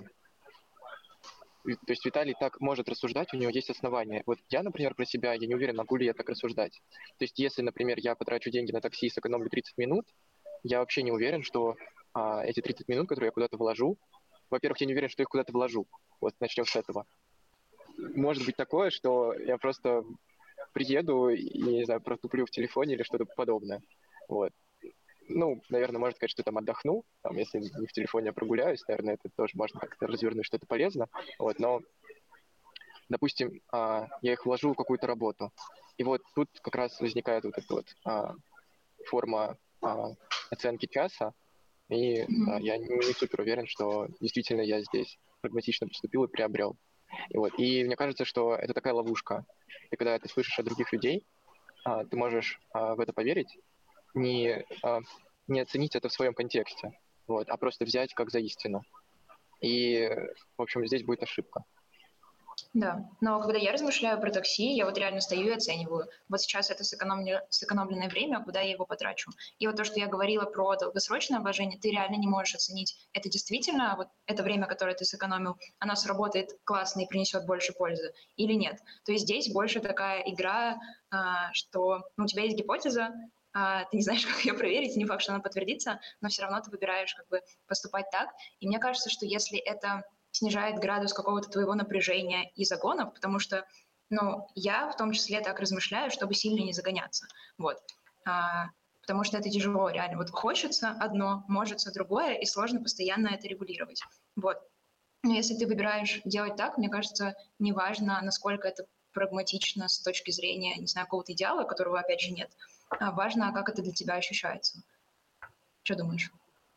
то есть Виталий так может рассуждать, у него есть основания. Вот я, например, про себя, я не уверен, могу ли я так рассуждать. То есть если, например, я потрачу деньги на такси и сэкономлю 30 минут, я вообще не уверен, что эти 30 минут, которые я куда-то вложу, во-первых, я не уверен, что их куда-то вложу. Вот начнем с этого. Может быть такое, что я просто приеду и, не знаю, протуплю в телефоне или что-то подобное. Вот. Наверное, можно сказать, что там отдохну, там, если не в телефоне, а прогуляюсь, наверное, это тоже можно как-то развернуть, что-то полезно. Вот, но, допустим, я их вложу в какую-то работу. И вот тут как раз возникает вот эта вот форма оценки часа, и я не супер уверен, что действительно я здесь прагматично поступил и приобрел. И мне кажется, что это такая ловушка. И когда ты слышишь от других людей, ты можешь в это поверить, не оценить это в своем контексте, а просто взять как за истину. И, в общем, здесь будет ошибка. Да, но когда я размышляю про такси, я вот реально стою и оцениваю. Вот сейчас это сэкономленное время, куда я его потрачу. И вот то, что я говорила про долгосрочное вложение, ты реально не можешь оценить, это действительно, вот это время, которое ты сэкономил, оно сработает классно и принесет больше пользы или нет. То есть здесь больше такая игра, что у тебя есть гипотеза, ты не знаешь, как ее проверить, не факт, что она подтвердится, но все равно ты выбираешь как бы поступать так. И мне кажется, что если это снижает градус какого-то твоего напряжения и загонов, потому что, я в том числе так размышляю, чтобы сильно не загоняться. Вот. Потому что это тяжело, реально. Вот хочется одно, может другое, и сложно постоянно это регулировать. Вот. Но если ты выбираешь делать так, мне кажется, неважно, насколько это прагматично с точки зрения, не знаю, какого-то идеала, которого, опять же, нет. Важно, как это для тебя ощущается. Что думаешь?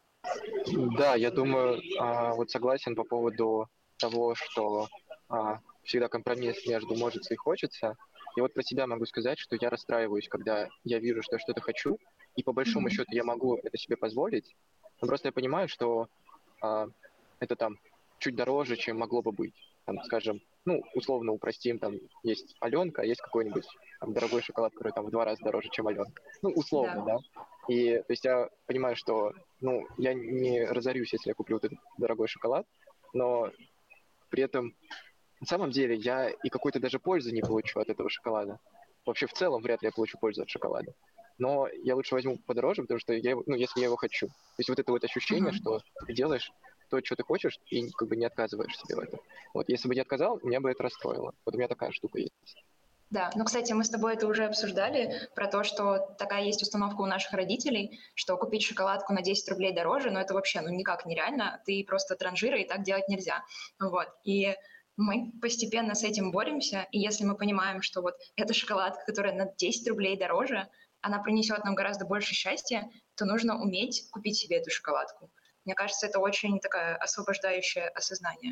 Да, я думаю, вот согласен по поводу того, что всегда компромисс между может и хочется. И вот про себя могу сказать, что я расстраиваюсь, когда я вижу, что я что-то хочу, и по большому счету я могу это себе позволить, но просто я понимаю, что это там чуть дороже, чем могло бы быть. Там, скажем, условно упростим, там есть Аленка, а есть какой-нибудь там, дорогой шоколад, который там в 2 раза дороже, чем Аленка. Условно, да. И то есть я понимаю, что я не разорюсь, если я куплю вот этот дорогой шоколад, но при этом на самом деле я и какой-то даже пользы не получу от этого шоколада. Вообще в целом вряд ли я получу пользу от шоколада. Но я лучше возьму подороже, потому что если я его хочу. То есть вот это вот ощущение, что ты делаешь то, что ты хочешь, и как бы не отказываешь себе в этом. Вот если бы не отказал, меня бы это расстроило. Вот у меня такая штука есть. Да, ну, кстати, мы с тобой это уже обсуждали, про то, что такая есть установка у наших родителей, что купить шоколадку на 10 рублей дороже, это вообще, никак нереально, ты просто транжира, и так делать нельзя. Вот, и мы постепенно с этим боремся, и если мы понимаем, что вот эта шоколадка, которая на 10 рублей дороже, она принесет нам гораздо больше счастья, то нужно уметь купить себе эту шоколадку. Мне кажется, это очень такое освобождающее осознание.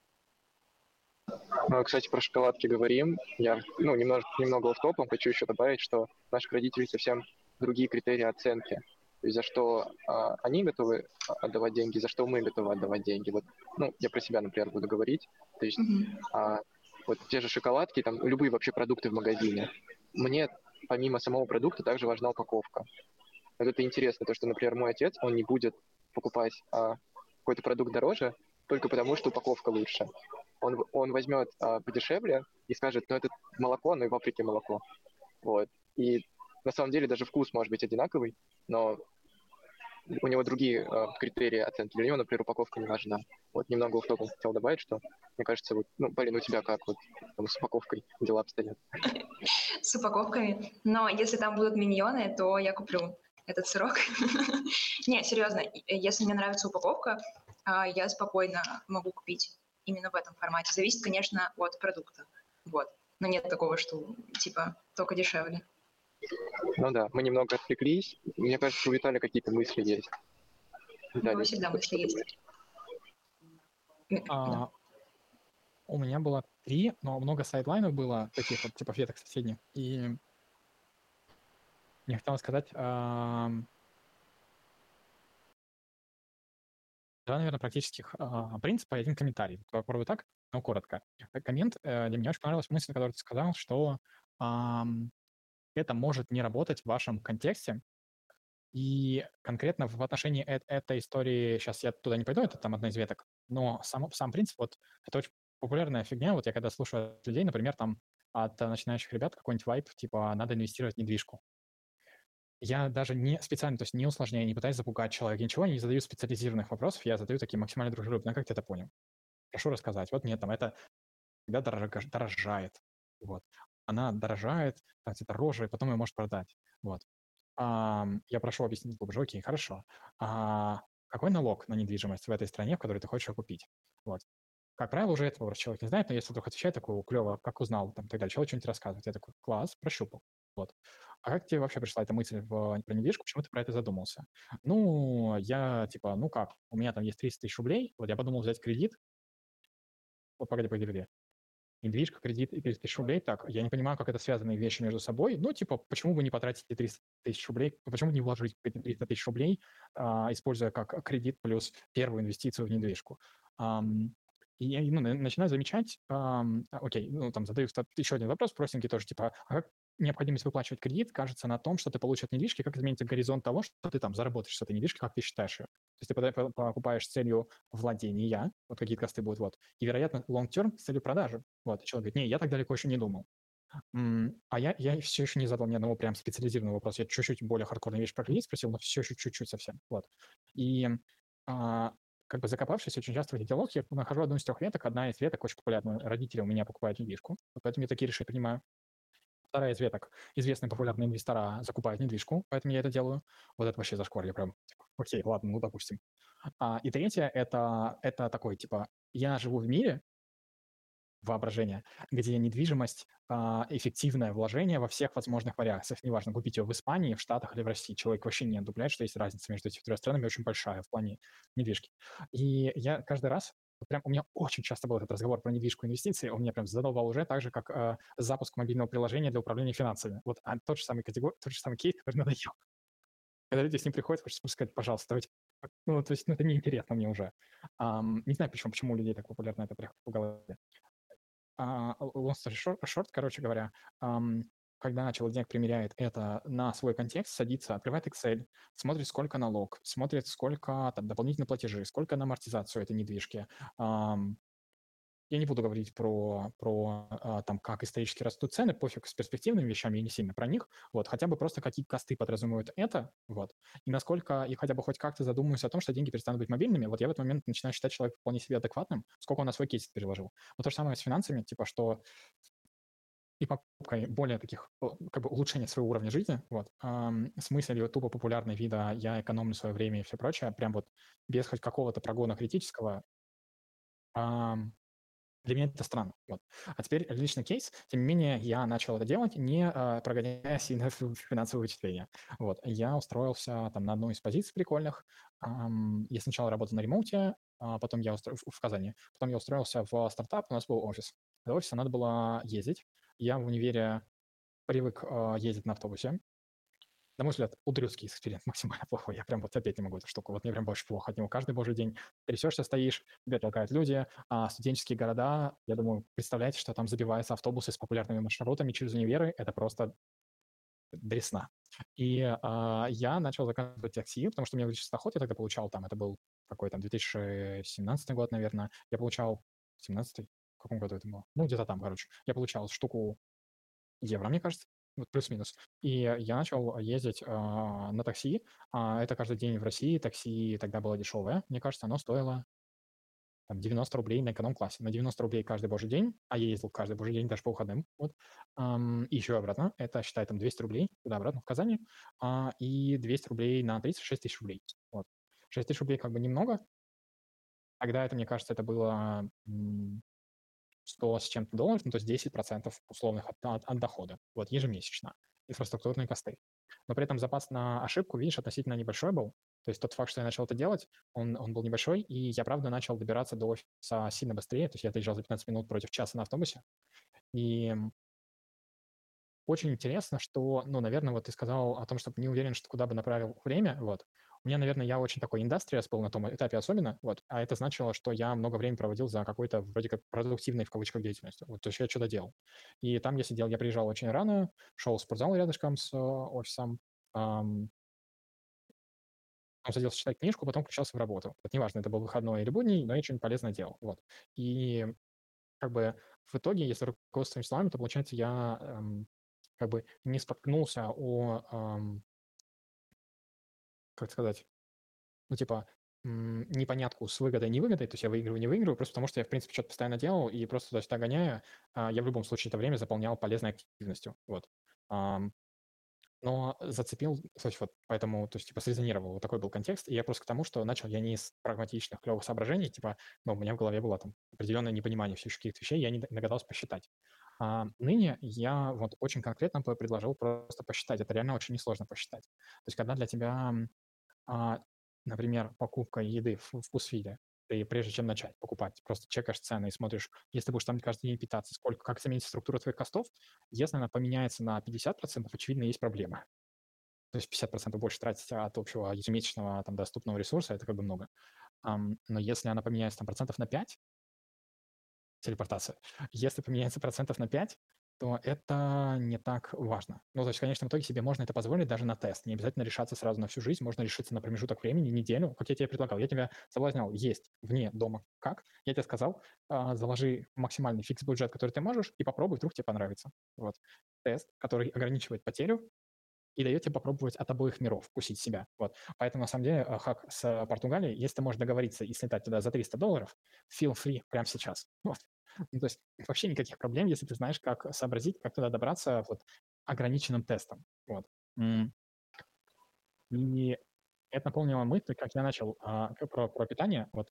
Кстати, про шоколадки говорим. Я немного офф-топом хочу еще добавить, что у наших родителей совсем другие критерии оценки. То есть за что они готовы отдавать деньги, за что мы готовы отдавать деньги. Вот, я про себя, например, буду говорить. То есть вот те же шоколадки, там любые вообще продукты в магазине. Мне помимо самого продукта также важна упаковка. Вот это интересно, то что, например, мой отец, он не будет покупать какой-то продукт дороже только потому, что упаковка лучше. Он возьмет подешевле и скажет, это молоко, но и в Африке молоко. Вот. И на самом деле даже вкус может быть одинаковый, но у него другие критерии оценки. Для него, например, упаковка не важна. Вот немного в топом хотел добавить, что мне кажется, Полин, у тебя как там с упаковкой дела обстоят? С упаковками. Но если там будут миньоны, то я куплю этот сырок. Не, серьезно, если мне нравится упаковка, я спокойно могу купить именно в этом формате. Зависит, конечно, от продукта. Вот. Но нет такого, что типа только дешевле. Да, мы немного отвлеклись. Мне кажется, у Виталия какие-то мысли есть. У него всегда мысли есть. У меня было 3, но много сайдлайнов было, таких вот, типа веток соседних. И мне хотелось сказать, два, наверное, практических принципа и один комментарий. Попробую так, но коротко. Коммент, для меня очень понравилась мысль, которую ты сказал, что это может не работать в вашем контексте. И конкретно в отношении этой истории, сейчас я туда не пойду, это там одна из веток, но сам принцип, вот это очень популярная фигня. Вот я когда слушаю от людей, например, там от начинающих ребят какой-нибудь вайп, типа надо инвестировать в недвижку. Я даже не специально, то есть не усложняю, не пытаюсь запугать человека, ничего, не задаю специализированных вопросов, я задаю такие максимально дружелюбные. Как ты это понял? Прошу рассказать. Вот нет, там это всегда дорожает. Вот. Она дорожает, становится дороже, и потом ее можешь продать. Вот. Я прошу объяснить глубже. Окей, хорошо. Какой налог на недвижимость в этой стране, в которой ты хочешь ее купить? Вот. Как правило, уже этот вопрос человек не знает, но если вдруг отвечает такой, клево, как узнал, там, и так далее, человек что-нибудь рассказывает. Я такой, класс, прощупал. Вот. А как тебе вообще пришла эта мысль про недвижку? Почему ты про это задумался? Я типа, у меня там есть 30 тысяч рублей, вот я подумал взять кредит. Вот, погоди. Недвижка, кредит и 30 тысяч рублей. Так, я не понимаю, как это связанные вещи между собой. Почему бы не потратить эти 300 тысяч рублей? Почему бы не вложить эти 300 тысяч рублей, используя как кредит плюс первую инвестицию в недвижку? И я начинаю замечать, задаю еще один вопрос простенький тоже, типа, а как необходимость выплачивать кредит кажется на том, что ты получишь от недвижки, как изменится горизонт того, что ты там заработаешь с этой недвижки, как ты считаешь ее? То есть ты покупаешь с целью владения, вот какие-то косты будут, вот, и, вероятно, long-term с целью продажи. Вот, и человек говорит, не, я так далеко еще не думал. А я все еще не задал ни одного прям специализированного вопроса. Я чуть-чуть более хардкорную вещь про кредит спросил, но все еще чуть-чуть совсем. Вот. И как бы закопавшись очень часто в этих диалогах, я нахожу одну из 3 веток. Одна из веток очень популярная. Родители у меня покупают недвижку, поэтому я такие решения принимаю. Вторая из веток. Известные популярные инвестора закупают недвижку, поэтому я это делаю. Вот это вообще зашквар. Я прям, окей, ладно, допустим. И третье – это такой, типа, я живу в мире воображения, где недвижимость эффективное вложение во всех возможных вариациях. Неважно, купить ее в Испании, в Штатах или в России. Человек вообще не одупляет, что есть разница между этими 3 странами очень большая в плане недвижки. И я каждый раз, у меня очень часто был этот разговор про недвижку и инвестиции, он меня прям задолбал уже так же, как запуск мобильного приложения для управления финансами. Вот тот же самый кейс, который надоел. Когда люди с ним приходят, хочется сказать, пожалуйста, давайте. Это неинтересно мне уже. Не знаю, почему у людей так популярно это приходит в голове. Long story short, короче говоря, когда человек примеряет это на свой контекст, садится, открывает Excel, смотрит, сколько налог, смотрит, сколько там дополнительные платежи, сколько на амортизацию этой недвижки. Я не буду говорить про там, как исторически растут цены, пофиг с перспективными вещами, я не сильно про них, вот, хотя бы просто какие косты подразумевают это, вот, и насколько, и хотя бы хоть как-то задумываюсь о том, что деньги перестанут быть мобильными, вот я в этот момент начинаю считать человека вполне себе адекватным, сколько он на свой кейс переложил. Вот то же самое с финансами, типа, что и покупкой более таких, как бы улучшения своего уровня жизни, вот, с мыслью тупо популярной вида «я экономлю свое время» и все прочее, прям вот без хоть какого-то прогона критического, для меня это странно. Вот. А теперь личный кейс. Тем не менее, я начал это делать, не прогоняя сильно финансовое вычисление. Вот. Я устроился там на одну из позиций прикольных. Я сначала работал на ремоуте, потом я в Казани. Потом я устроился в стартап, у нас был офис. До офиса надо было ездить. Я в универе привык ездить на автобусе. На мой взгляд, ублюдский эксперимент максимально плохой. Я прям вот терпеть не могу эту штуку. Вот мне прям очень плохо от него. Каждый божий день трясешься, стоишь, тебя толкают люди. А студенческие города, я думаю, представляете, что там забиваются автобусы с популярными маршрутами через универы. Это просто дресна. И я начал заказывать такси, потому что у меня увеличился доход, я тогда получал там, это был какой там 2017 год, наверное. Я получал 17-й, в каком году это было? Ну, где-то там, короче. Я получал штуку евро, мне кажется, вот плюс-минус. И я начал ездить на такси. Это каждый день в России. Такси тогда было дешевое. Мне кажется, оно стоило там, 90 рублей на эконом-классе. На 90 рублей каждый божий день, а я ездил каждый божий день даже по выходным. Вот. И еще обратно. Это, считай, там 200 рублей туда-обратно в Казани. И 200 рублей на 36 тысяч рублей. Вот. 6 тысяч рублей как бы немного. Тогда это, мне кажется, это было 100 с чем-то долларов, ну, то есть 10% условных от дохода, вот, ежемесячно, инфраструктурные косты. Но при этом запас на ошибку, видишь, относительно небольшой был. То есть тот факт, что я начал это делать, он был небольшой, и я, правда, начал добираться до офиса сильно быстрее. То есть я доезжал за 15 минут против часа на автобусе. И очень интересно, что, ну, наверное, вот ты сказал о том, что не уверен, что куда бы направил время, вот. У меня, наверное, я очень такой индастриас был на том этапе особенно, вот, а это значило, что я много времени проводил за какой-то вроде как продуктивной в кавычках деятельностью, вот, то есть я что-то делал. И там я сидел, я приезжал очень рано, шел в спортзал рядышком с офисом, там садился читать книжку, потом включался в работу. Вот неважно, это был выходной или будний, но я что-нибудь полезное делал, вот. И как бы в итоге, если руководствуясь словами, то, получается, я как бы не споткнулся о, как сказать, ну, типа, непонятку с выгодой, невыгодой, то есть я выигрываю, не выигрываю, просто потому что я, в принципе, что-то постоянно делал, и просто туда-сюда гоняя, я в любом случае это время заполнял полезной активностью, вот. Но зацепил, то есть вот поэтому, то есть типа срезонировал, вот такой был контекст, и я просто к тому, что начал я не из прагматичных, клевых соображений, типа, ну, у меня в голове было там определенное непонимание всех каких-то вещей, я не догадался посчитать. Ныне я вот очень конкретно предложил просто посчитать, это реально очень несложно посчитать. То есть когда для тебя например, покупка еды в вкусвилле, ты прежде чем начать покупать, просто чекаешь цены и смотришь, если ты будешь там каждый день питаться, сколько, как изменится структура твоих костов, если она поменяется на 50%, очевидно, есть проблема. То есть 50% больше тратить от общего ежемесячного там, доступного ресурса, это как бы много. Но если она поменяется там процентов на 5, телепортация, если поменяется процентов на 5, то это не так важно. Ну, то есть в конечном итоге себе можно это позволить даже на тест. Не обязательно решаться сразу на всю жизнь, можно решиться на промежуток времени, неделю, как я тебе предлагал. Я тебя соблазнял есть вне дома. Как? Я тебе сказал, заложи максимальный фикс-бюджет, который ты можешь, и попробуй, вдруг тебе понравится. Вот. Тест, который ограничивает потерю, и дает тебе попробовать от обоих миров вкусить себя. Вот. Поэтому, на самом деле, хак с Португалией, если ты можешь договориться и слетать туда за $300, feel free прямо сейчас. Вот. Ну, то есть вообще никаких проблем, если ты знаешь, как сообразить, как туда добраться вот, ограниченным тестом. Вот. И это наполнило мысль, как я начал про питание. Вот.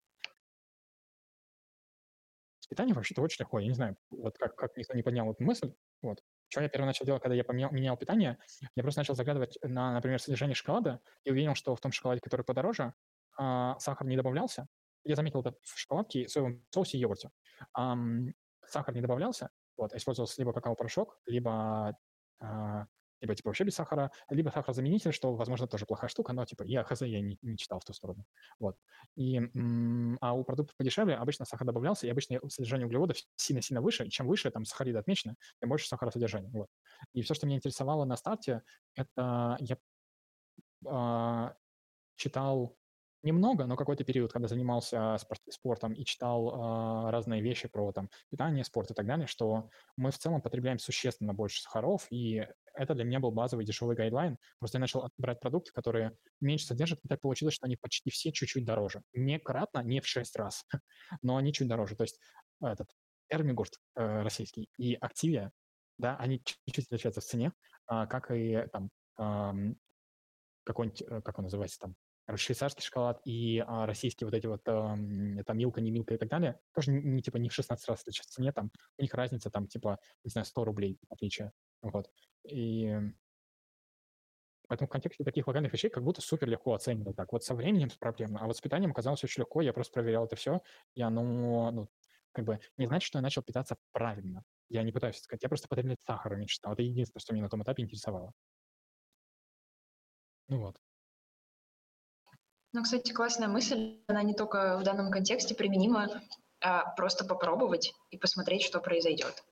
С питанием вообще-то очень легко. Я не знаю, вот как никто не поднял эту мысль. Вот. Что я первый начал делать, когда я менял питание, я просто начал заглядывать на, например, содержание шоколада и увидел, что в том шоколаде, который подороже, сахар не добавлялся. Я заметил это в шоколадке, соевом соусе и йогурте. Сахар не добавлялся, вот, использовался либо какао-порошок, либо либо типа вообще без сахара, либо сахарозаменитель, что, возможно, тоже плохая штука, но типа я хз, я не читал в ту сторону. Вот. А у продуктов подешевле обычно сахар добавлялся, и обычно содержание углеводов сильно-сильно выше, и чем выше там сахариды отмечены, тем больше сахаросодержания. Вот. И все, что меня интересовало на старте, это я читал немного, но какой-то период, когда занимался спортом и читал разные вещи про там питание, спорт и так далее, что мы в целом потребляем существенно больше сахаров, и это для меня был базовый дешевый гайдлайн. Просто я начал брать продукты, которые меньше содержат, и так получилось, что они почти все чуть-чуть дороже. Не кратно, не в 6 раз, но они чуть дороже. То есть этот Эрмигурт российский и Активия, да, они чуть-чуть отличаются в цене, как и там какой-нибудь, как он называется там, швейцарский шоколад и российские вот эти вот, это Милка, не Милка и так далее, тоже типа не в 16 раз отличаются в цене, там у них разница там типа, не знаю, 100 рублей отличия. Вот. И поэтому в контексте таких локальных вещей как будто супер легко оценивать так. Вот со временем проблема, а вот с питанием оказалось очень легко, я просто проверял это все, и оно, ну, как бы не значит, что я начал питаться правильно. Я не пытаюсь сказать, я просто потреблять сахара меньше стал. Это единственное, что меня на том этапе интересовало. Ну вот. Ну, кстати, классная мысль, она не только в данном контексте применима, а просто попробовать и посмотреть, что произойдет.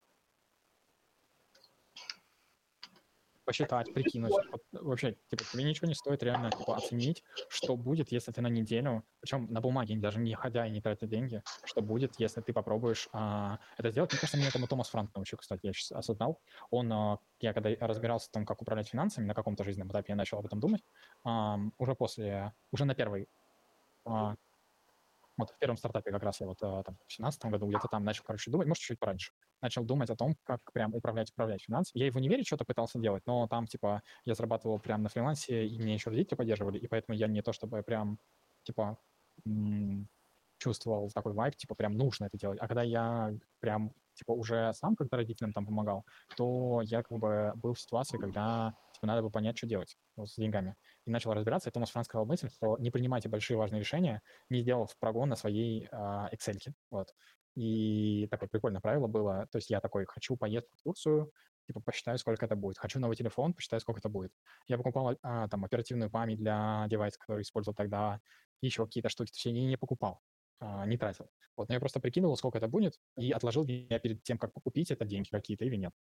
Посчитать, прикинуть. Вот, вообще, типа, тебе ничего не стоит реально типа, оценить, что будет, если ты на неделю, причем на бумаге, даже не ходя и не тратя деньги, что будет, если ты попробуешь это сделать. Мне кажется, меня этому Томас Франк научил, кстати, я сейчас осознал. Я когда разбирался в том, как управлять финансами, на каком-то жизненном этапе я начал об этом думать, уже на первой вот в первом стартапе как раз я вот там, в 2017 году где-то там начал, думать, может, чуть пораньше, начал думать о том, как прям управлять финансами. Я и в универе что-то пытался делать, но там, типа, я зарабатывал прям на фрилансе, и меня еще родители поддерживали, и поэтому я не то чтобы прям, типа, чувствовал такой вайб, типа, прям нужно это делать. А когда я прям, типа, уже сам как-то родителям там помогал, то я как бы был в ситуации, когда, типа, надо было понять, что делать вот, с деньгами. И начал разбираться, и Томас Франк сказал мысль, что не принимайте большие важные решения, не сделав прогон на своей Excel. Вот. И такое прикольное правило было. То есть я такой, хочу поездку в Турцию, типа посчитаю, сколько это будет. Хочу новый телефон, посчитаю, сколько это будет. Я покупал там оперативную память для девайса, который использовал тогда, еще какие-то штуки. То есть я не покупал, не тратил. Вот, но я просто прикидывал, сколько это будет, и отложил я перед тем, как покупить это деньги какие-то или нет.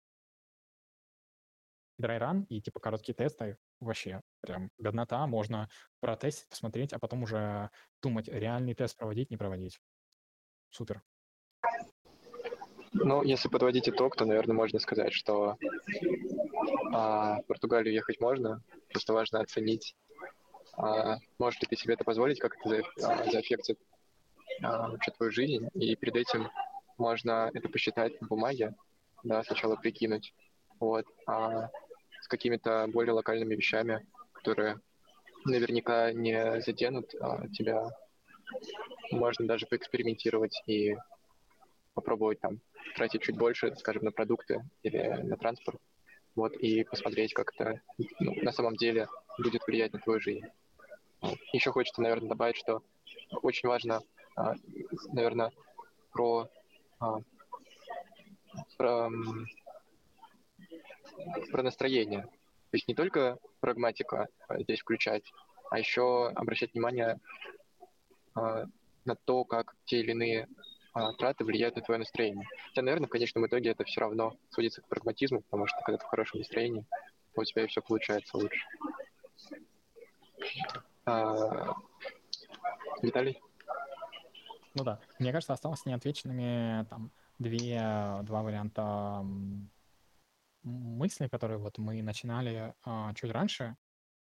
Драйран и типа короткие тесты вообще прям годнота, можно протестить, посмотреть, а потом уже думать, реальный тест проводить, не проводить. Супер. Ну, если подводить итог, то, наверное, можно сказать, что в Португалию ехать можно, просто важно оценить, можешь ли ты себе это позволить, как это заэффектит вообще твою жизнь, и перед этим можно это посчитать на бумаге, да, сначала прикинуть, вот, с какими-то более локальными вещами, которые наверняка не заденут тебя, можно даже поэкспериментировать и попробовать там тратить чуть больше, скажем, на продукты или на транспорт, вот, и посмотреть, как это на самом деле будет влиять на твою жизнь. Еще хочется, наверное, добавить, что очень важно, наверное, про, про, про настроение. То есть не только прагматика здесь включать, а еще обращать внимание на то, как те или иные траты влияют на твое настроение. Хотя, наверное, в конечном итоге это все равно сводится к прагматизму, потому что когда ты в хорошем настроении, то у тебя и все получается лучше. Виталий? Ну да. Мне кажется, осталось неотвеченными там два варианта мысли, которые вот мы начинали чуть раньше.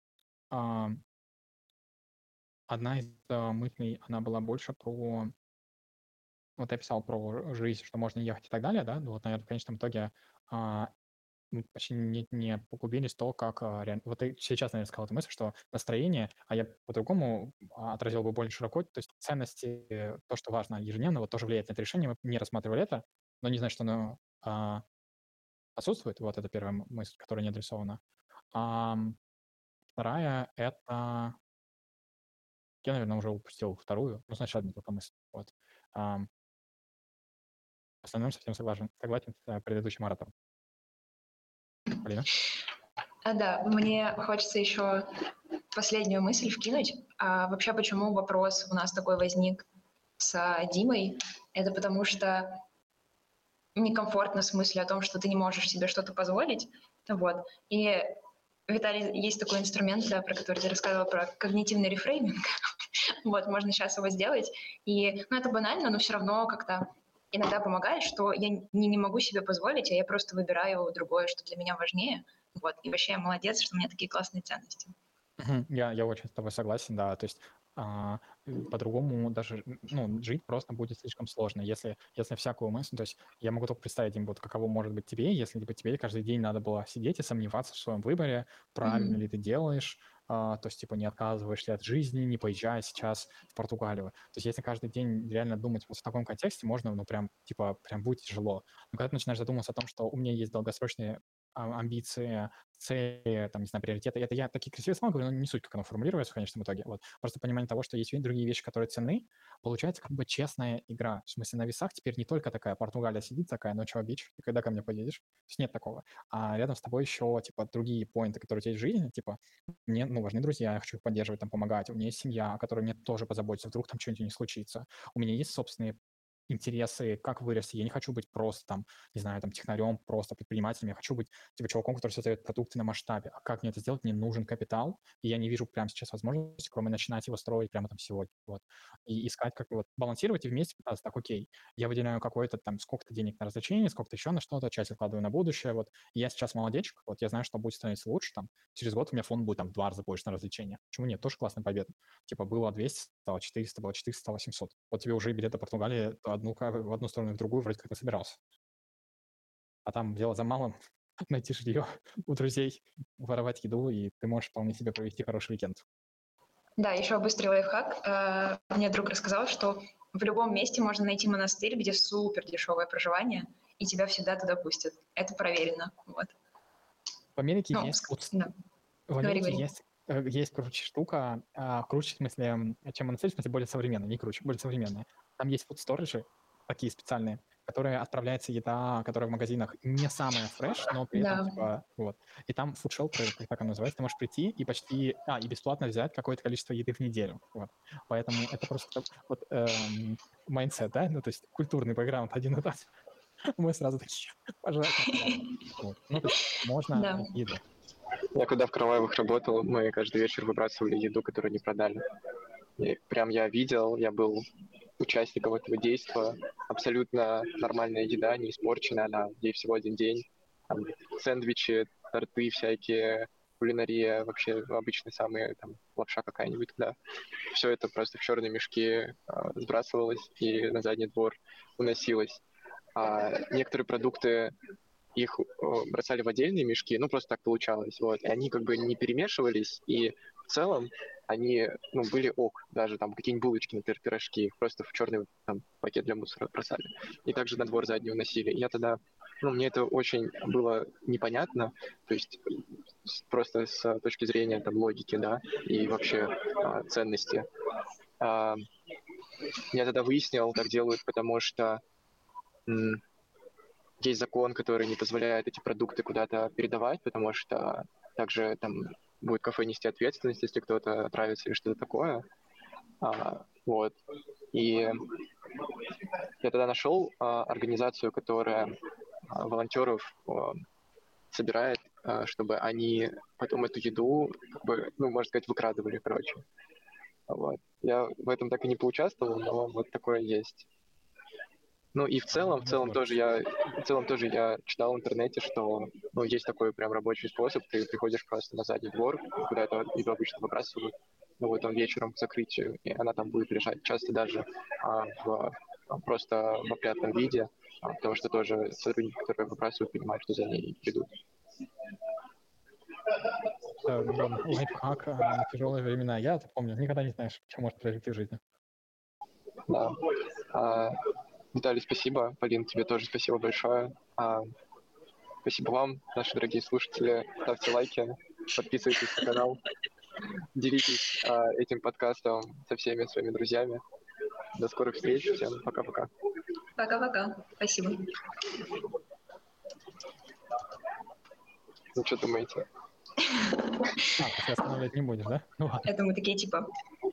Одна из мыслей, она была больше про... Вот я писал про жизнь, что можно ехать и так далее, да? Вот, наверное, в конечном итоге мы почти не погубились то, как реально... Вот ты сейчас, наверное, сказал эту мысль, что настроение, а я по-другому отразил бы более широко, то есть ценности, то, что важно ежедневно, вот тоже влияет на это решение. Мы не рассматривали это, но не значит, что оно отсутствует. Вот это первая мысль, которая не адресована. Вторая — это... Я, наверное, уже упустил вторую, ну, значит, одна только мысль. Вот. В остальном совсем согласен с предыдущим оратором. Полина? Да, мне хочется еще последнюю мысль вкинуть. Вообще, почему вопрос у нас такой возник с Димой? Это потому что некомфортно с мыслью о том, что ты не можешь себе что-то позволить. Вот. И, Виталий, есть такой инструмент, про который ты рассказывал, про когнитивный рефрейминг. Вот, можно сейчас его сделать. И, это банально, но все равно как-то иногда помогает, что я не могу себе позволить, а я просто выбираю другое, что для меня важнее. Вот. И вообще я молодец, что у меня такие классные ценности. Я очень с тобой согласен, да. То есть по-другому даже жить просто будет слишком сложно, если всякую мысль. То есть я могу только представить им, вот каково может быть тебе, если бы тебе каждый день надо было сидеть и сомневаться в своем выборе, правильно ли ты делаешь, то есть типа не отказываешь ли от жизни, не поезжая сейчас в Португалию. То есть если каждый день реально думать вот в таком контексте, можно, прям будет тяжело. Но когда ты начинаешь задумываться о том, что у меня есть долгосрочные амбиции, цели, там, не знаю, приоритеты. Это я такие красивые слова говорю, но не суть, как оно формулируется в конечном итоге. Вот. Просто понимание того, что есть другие вещи, которые ценны, получается как бы честная игра. В смысле, на весах теперь не только такая Португалия сидит такая, ну чё, бич, ты когда ко мне поедешь? То есть нет такого. А рядом с тобой еще, типа, другие поинты, которые у тебя есть в жизни, типа, мне, важны друзья, я хочу их поддерживать, там, помогать. У меня есть семья, о которой мне тоже позаботиться, вдруг там что-нибудь не случится. У меня есть собственные интересы, как вырасти. Я не хочу быть просто там, не знаю, там, технарем, просто предпринимателем. Я хочу быть, типа, чуваком, который создает продукты на масштабе. А как мне это сделать? Мне нужен капитал, и я не вижу прямо сейчас возможности, кроме начинать его строить прямо там сегодня. Вот. И искать, как вот балансировать и вместе пытаться. Так, окей, я выделяю какой-то там сколько-то денег на развлечения, сколько-то еще на что-то, часть откладываю на будущее. Вот. И я сейчас молодечек, вот я знаю, что будет становиться лучше. Там, через год у меня фонд будет там в 2 раза больше на развлечения. Почему нет? Тоже классная победа. Типа было 200, стало 400, было 400, стало 700. Вот тебе уже билет до Португалии в одну сторону и в другую вроде как насобирался. А там дело за малым — найти жилье у друзей, воровать еду, и ты можешь вполне себе провести хороший уикенд. Да, еще быстрый лайфхак. Мне друг рассказал, что в любом месте можно найти монастырь, где супер дешевое проживание, и тебя всегда туда пустят. Это проверено. Вот. В Америке Ну, есть... да. В Говори, Америке говори. есть круче штука, круче в смысле, чем монастырь, в смысле более современная, не круче, более современная. Там есть фуд-сториджи, такие специальные, которые отправляется еда, которая в магазинах не самая фреш, но при этом, Да. типа, вот. И там фуд-шелтеры, как так оно называется, ты можешь прийти и почти, и бесплатно взять какое-то количество еды в неделю, вот. Поэтому это просто вот майндсет, да, ну, то есть культурный бэкграунд один и тот. Мы сразу такие, пожалуйста. Вот. Ну, то есть можно Да. найти еду. Я когда в Караваевых работал, мы каждый вечер выбрасывали еду, которую не продали. И прям я видел, я был участником этого действия. Абсолютно нормальная еда, не испорченная, она ей всего один день. Там, сэндвичи, торты всякие, кулинария, вообще обычные самые, там, лапша какая-нибудь, да. Все это просто в черные мешки сбрасывалось и на задний двор уносилось. А некоторые продукты их бросали в отдельные мешки, ну, просто так получалось, вот, и они как бы не перемешивались, и в целом они, были ок, даже там какие-нибудь булочки, например, пирожки, их просто в черный там пакет для мусора бросали, и также на двор задний уносили. И я тогда, мне это очень было непонятно, то есть просто с точки зрения там логики, да, и вообще ценности. Я тогда выяснил, как делают, потому что есть закон, который не позволяет эти продукты куда-то передавать, потому что также там будет кафе нести ответственность, если кто-то отравится или что-то такое. Вот. И я тогда нашел организацию, которая волонтеров собирает, чтобы они потом эту еду, как бы, можно сказать, выкрадывали, короче. Вот. Я в этом так и не поучаствовал, но вот такое есть. Ну и в целом тоже я читал в интернете, что есть такой прям рабочий способ. Ты приходишь просто на задний двор, куда это еду обычно выбрасывают, там вечером к закрытию, и она там будет лежать. Часто даже просто в опрятном виде, потому что тоже сотрудники, которые выбрасывают, понимают, что за ней придут. Лайфхак на тяжелые времена. Я это помню. Никогда не знаешь, что может произойти в жизни. Да. Виталий, спасибо. Полин, тебе тоже спасибо большое. Спасибо вам, наши дорогие слушатели. Ставьте лайки, подписывайтесь на канал, делитесь этим подкастом со всеми своими друзьями. До скорых встреч. Всем пока-пока. Пока-пока. Спасибо. Ну, что думаете? Ты останавливать не будешь, да? Ну ладно. Это мы такие, типа...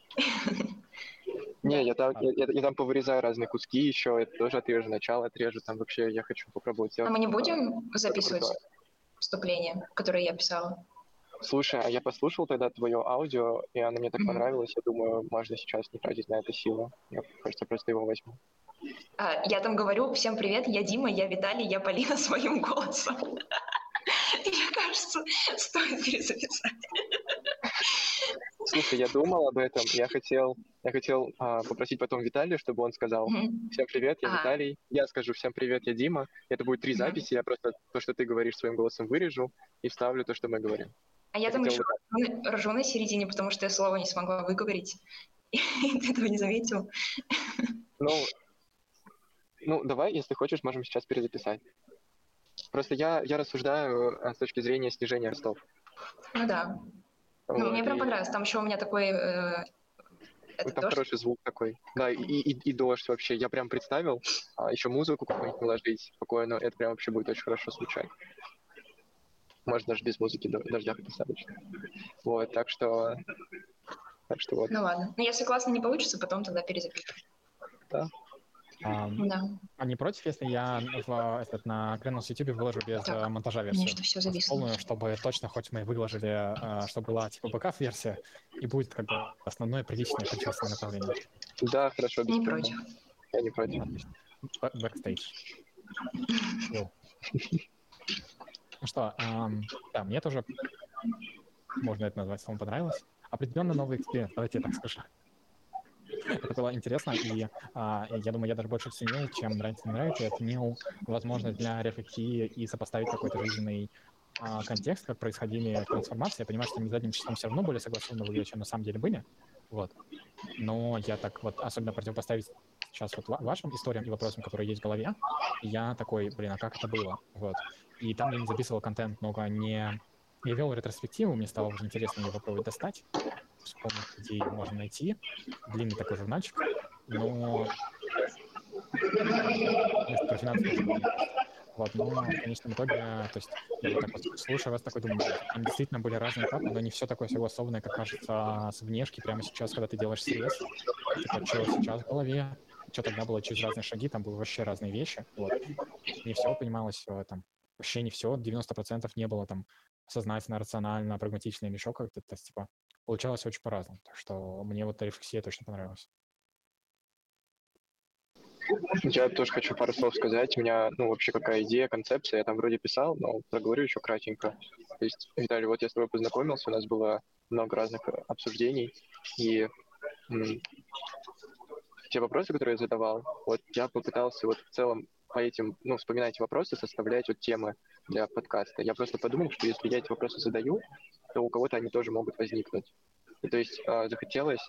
Не, я там повырезаю разные куски еще, это тоже отрежу, начало отрежу, там вообще я хочу попробовать А сделать мы не что-то будем записывать крутое. вступление, которое я писала? Слушай, а я послушал тогда твое аудио, и оно мне так понравилось, я думаю, можно сейчас не тратить на это силу. Мне кажется, просто его возьму. Я там говорю: всем привет, я Дима, я Виталий, я Полина своим голосом. Мне кажется, стоит перезаписать. Слушай, я думал об этом, я хотел попросить потом Виталия, чтобы он сказал: всем привет, я Виталий, я скажу всем привет, я Дима. Это будет 3 записи, я просто то, что ты говоришь своим голосом, вырежу и вставлю то, что мы говорим. А я там еще ржу на середине, потому что я слово не смогла выговорить. И ты этого не заметил. Ну, давай, если хочешь, можем сейчас перезаписать. Просто я рассуждаю с точки зрения снижения ростов. Ну да. Ну, мне прям понравилось. Там еще у меня такой... там дождь. Хороший звук такой. Да, и дождь вообще. Я прям представил, еще музыку какую-нибудь наложить спокойно. Это прям вообще будет очень хорошо звучать. Может, даже без музыки дождя достаточно. Вот, так что вот. Ну ладно. Ну, если классно не получится, потом тогда перезапишем. Да. Да. А не против, если я на Кренус YouTube выложу без монтажа версию? Мне что все зависло. Полную, чтобы точно хоть мы выложили, чтобы была типа бэкап-версия, и будет как бы основное приличное причастное направление. Да, хорошо. Не против. Я не против. Бэкстейдж. Ну что, да, мне тоже, можно это назвать словом, понравилось. Определенно новый эксперимент, давайте я так скажу. Это было интересно, и я думаю, я даже больше ценил, чем нравится, не нравится. Я ценил возможность для рефлексии и сопоставить какой-то жизненный контекст, как происходили трансформации. Я понимаю, что они задним числом все равно более согласованно выглядят, чем на самом деле были. Вот. Но я так вот, особенно противопоставить сейчас вот вашим историям и вопросам, которые есть в голове, я такой, а как это было? Вот. И там я не записывал контент, много не... Я вел ретроспективу, мне стало уже интересно ее попробовать достать. Вспомнить, где ее можно найти. Длинный такой журнальчик, но... Про финансы. Вот, но в конечном итоге, то есть, я вот так вот слушаю вас, такой думаю, там действительно были разные этапы, но не все такое согласованное, как кажется, с внешки прямо сейчас, когда ты делаешь срез. Типа, что сейчас в голове, что тогда было через разные шаги, там были вообще разные вещи. Вот. Не все понималось, там, вообще не все, 90% не было там сознательно, рационально, прагматично или еще как-то, то есть, типа, получалось очень по-разному. Так что мне вот рефлексия точно понравилась. Я тоже хочу пару слов сказать. У меня, вообще какая идея, концепция. Я там вроде писал, но проговорю еще кратенько. То есть, Виталий, вот я с тобой познакомился, у нас было много разных обсуждений, и те вопросы, которые я задавал, вот я попытался вот в целом по этим, вспоминать эти вопросы, составлять вот темы для подкаста. Я просто подумал, что если я эти вопросы задаю, то у кого-то они тоже могут возникнуть. И то есть захотелось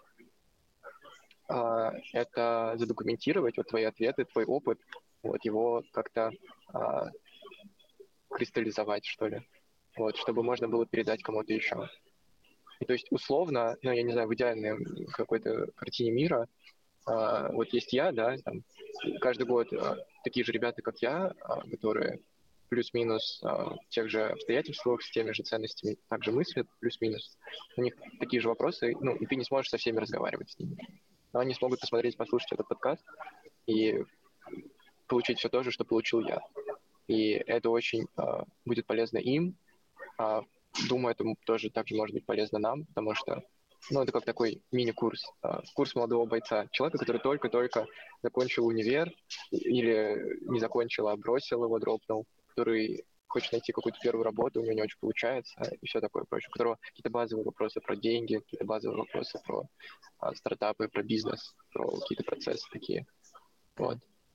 это задокументировать, вот твои ответы, твой опыт, вот его как-то кристаллизовать, что ли, вот, чтобы можно было передать кому-то еще. И то есть условно, я не знаю, в идеальной какой-то картине мира, вот есть я, да, там, каждый год такие же ребята, как я, которые плюс-минус в тех же обстоятельствах, с теми же ценностями также мыслят, плюс-минус. У них такие же вопросы, и ты не сможешь со всеми разговаривать с ними. Но они смогут посмотреть, послушать этот подкаст и получить все то же, что получил я. И это очень будет полезно им. Думаю, это тоже также может быть полезно нам, потому что это как такой мини-курс, курс молодого бойца, человека, который только-только закончил универ или не закончил, а бросил его, дропнул, который хочет найти какую-то первую работу, у него не очень получается, и все такое прочее, у которого какие-то базовые вопросы про деньги, какие-то базовые вопросы про стартапы, про бизнес, про какие-то процессы такие. Вот.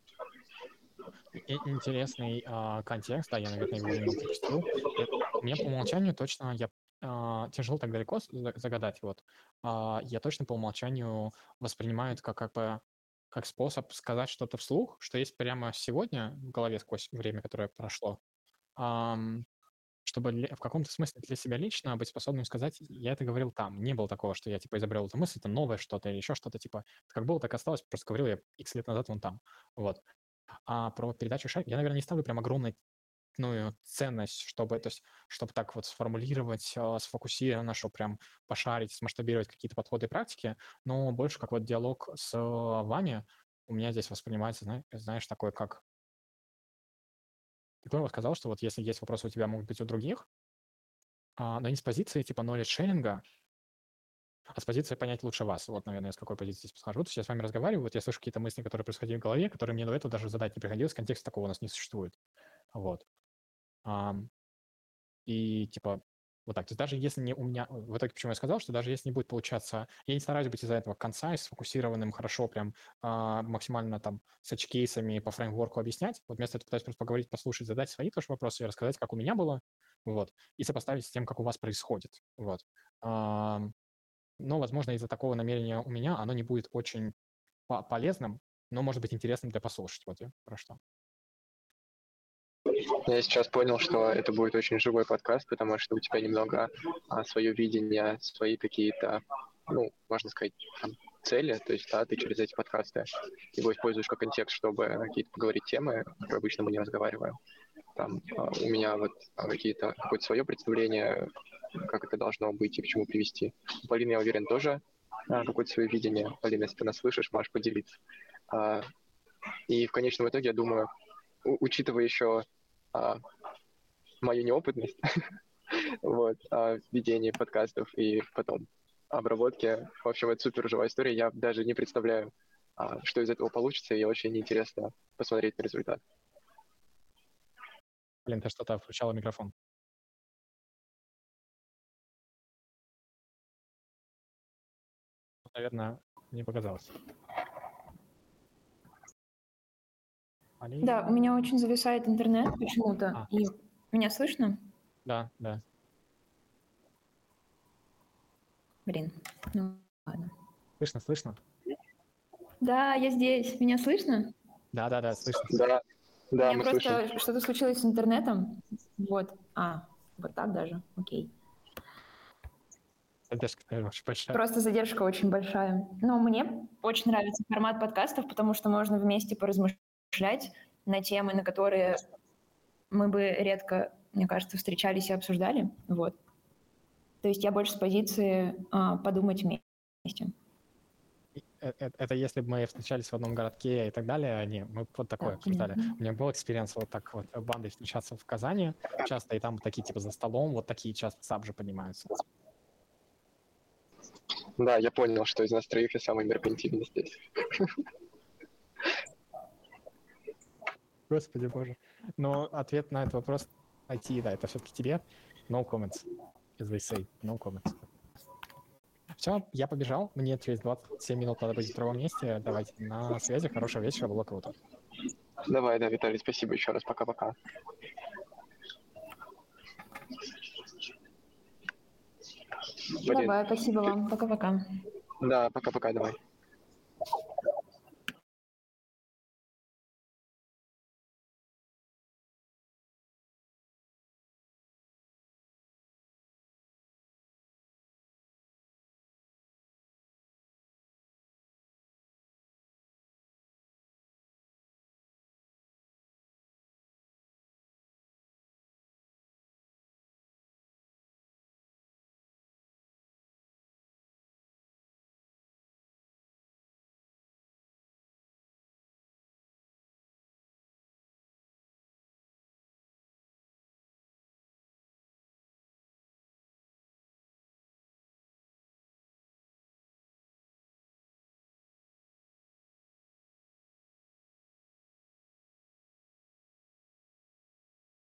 Интересный контекст, да, я, наверное, его немного пропустил. Мне по умолчанию точно, тяжело так далеко загадать, вот. Я точно по умолчанию воспринимаю это как способ сказать что-то вслух, что есть прямо сегодня в голове сквозь время, которое прошло, чтобы в каком-то смысле для себя лично быть способным сказать, я это говорил там. Не было такого, что я, типа, изобрел эту мысль, это новое что-то или еще что-то, типа, как было, так осталось, просто говорил я X лет назад вон там, вот. А про передачу шаг я, наверное, не ставлю прям огромной дополнительную ценность, чтобы, то есть, чтобы так вот сформулировать, сфокусированно, чтобы прям пошарить, смасштабировать какие-то подходы и практики, но больше как вот диалог с вами у меня здесь воспринимается, знаешь, такой как... Ты клево сказал, что вот если есть вопросы у тебя, могут быть у других, но не с позиции типа knowledge-шеринга, а с позиции понять лучше вас. Вот, наверное, с какой позиции здесь подхожу. То есть я с вами разговариваю, вот я слышу какие-то мысли, которые происходили в голове, которые мне до этого даже задать не приходилось, контекста такого у нас не существует. Вот. И типа вот так. То есть даже если не у меня... В итоге почему я сказал, что даже если не будет получаться... Я не стараюсь быть из-за этого конца, сфокусированным, хорошо, прям максимально там с edge-кейсами по фреймворку объяснять. Вот вместо этого пытаюсь просто поговорить, послушать, задать свои тоже вопросы и рассказать, как у меня было, вот, и сопоставить с тем, как у вас происходит. Вот. Но, возможно, из-за такого намерения у меня оно не будет очень полезным, но может быть интересным для послушать. Вот я про что. Я сейчас понял, что это будет очень живой подкаст, потому что у тебя немного свое видение, свои какие-то, ну, можно сказать, там, цели, то есть, да, ты через эти подкасты его используешь как контекст, чтобы какие-то поговорить темы, которые обычно мы не разговариваем. Там у меня вот какое-то свое представление, как это должно быть и к чему привести. У Полины, я уверен, тоже какое-то свое видение. Полина, если ты нас слышишь, можешь поделиться. И в конечном итоге, я думаю, учитывая еще мою неопытность вот, в ведении подкастов и потом обработке, в общем, это супер живая история. Я даже не представляю, что из этого получится, и очень интересно посмотреть на результат. Блин, ты что-то включала микрофон. Наверное, не показалось. Да, у меня очень зависает интернет почему-то. И меня слышно? Да, да. Блин, ну ладно. Слышно? Да, я здесь. Меня слышно? Да, слышно. Да, У меня мы просто слышим. что-то случилось с интернетом. Вот. Вот так даже. Окей. Задержка, наверное, очень большая. Просто задержка очень большая. Но мне очень нравится формат подкастов, потому что можно вместе поразмышлять на темы, на которые мы бы редко, мне кажется, встречались и обсуждали. Вот. То есть я больше с позиции подумать вместе. Это если бы мы встречались в одном городке и так далее, мы вот такое обсуждали. У меня был экспириенс вот так вот бандой встречаться в Казани часто, и там такие типа за столом, вот такие часто сабжи поднимаются. Да, я понял, что из нас троих я самый меркантильный здесь. Господи боже. Но ответ на этот вопрос IT, да, это все-таки тебе. No comments, as they say. No comments. Все, я побежал. Мне через 27 минут надо быть в другом месте. Давайте на связи. Хорошего вечера, было круто. Давай, да, Виталий, спасибо еще раз. Пока-пока. Давай, спасибо вам. Пока-пока. Да, пока-пока, давай.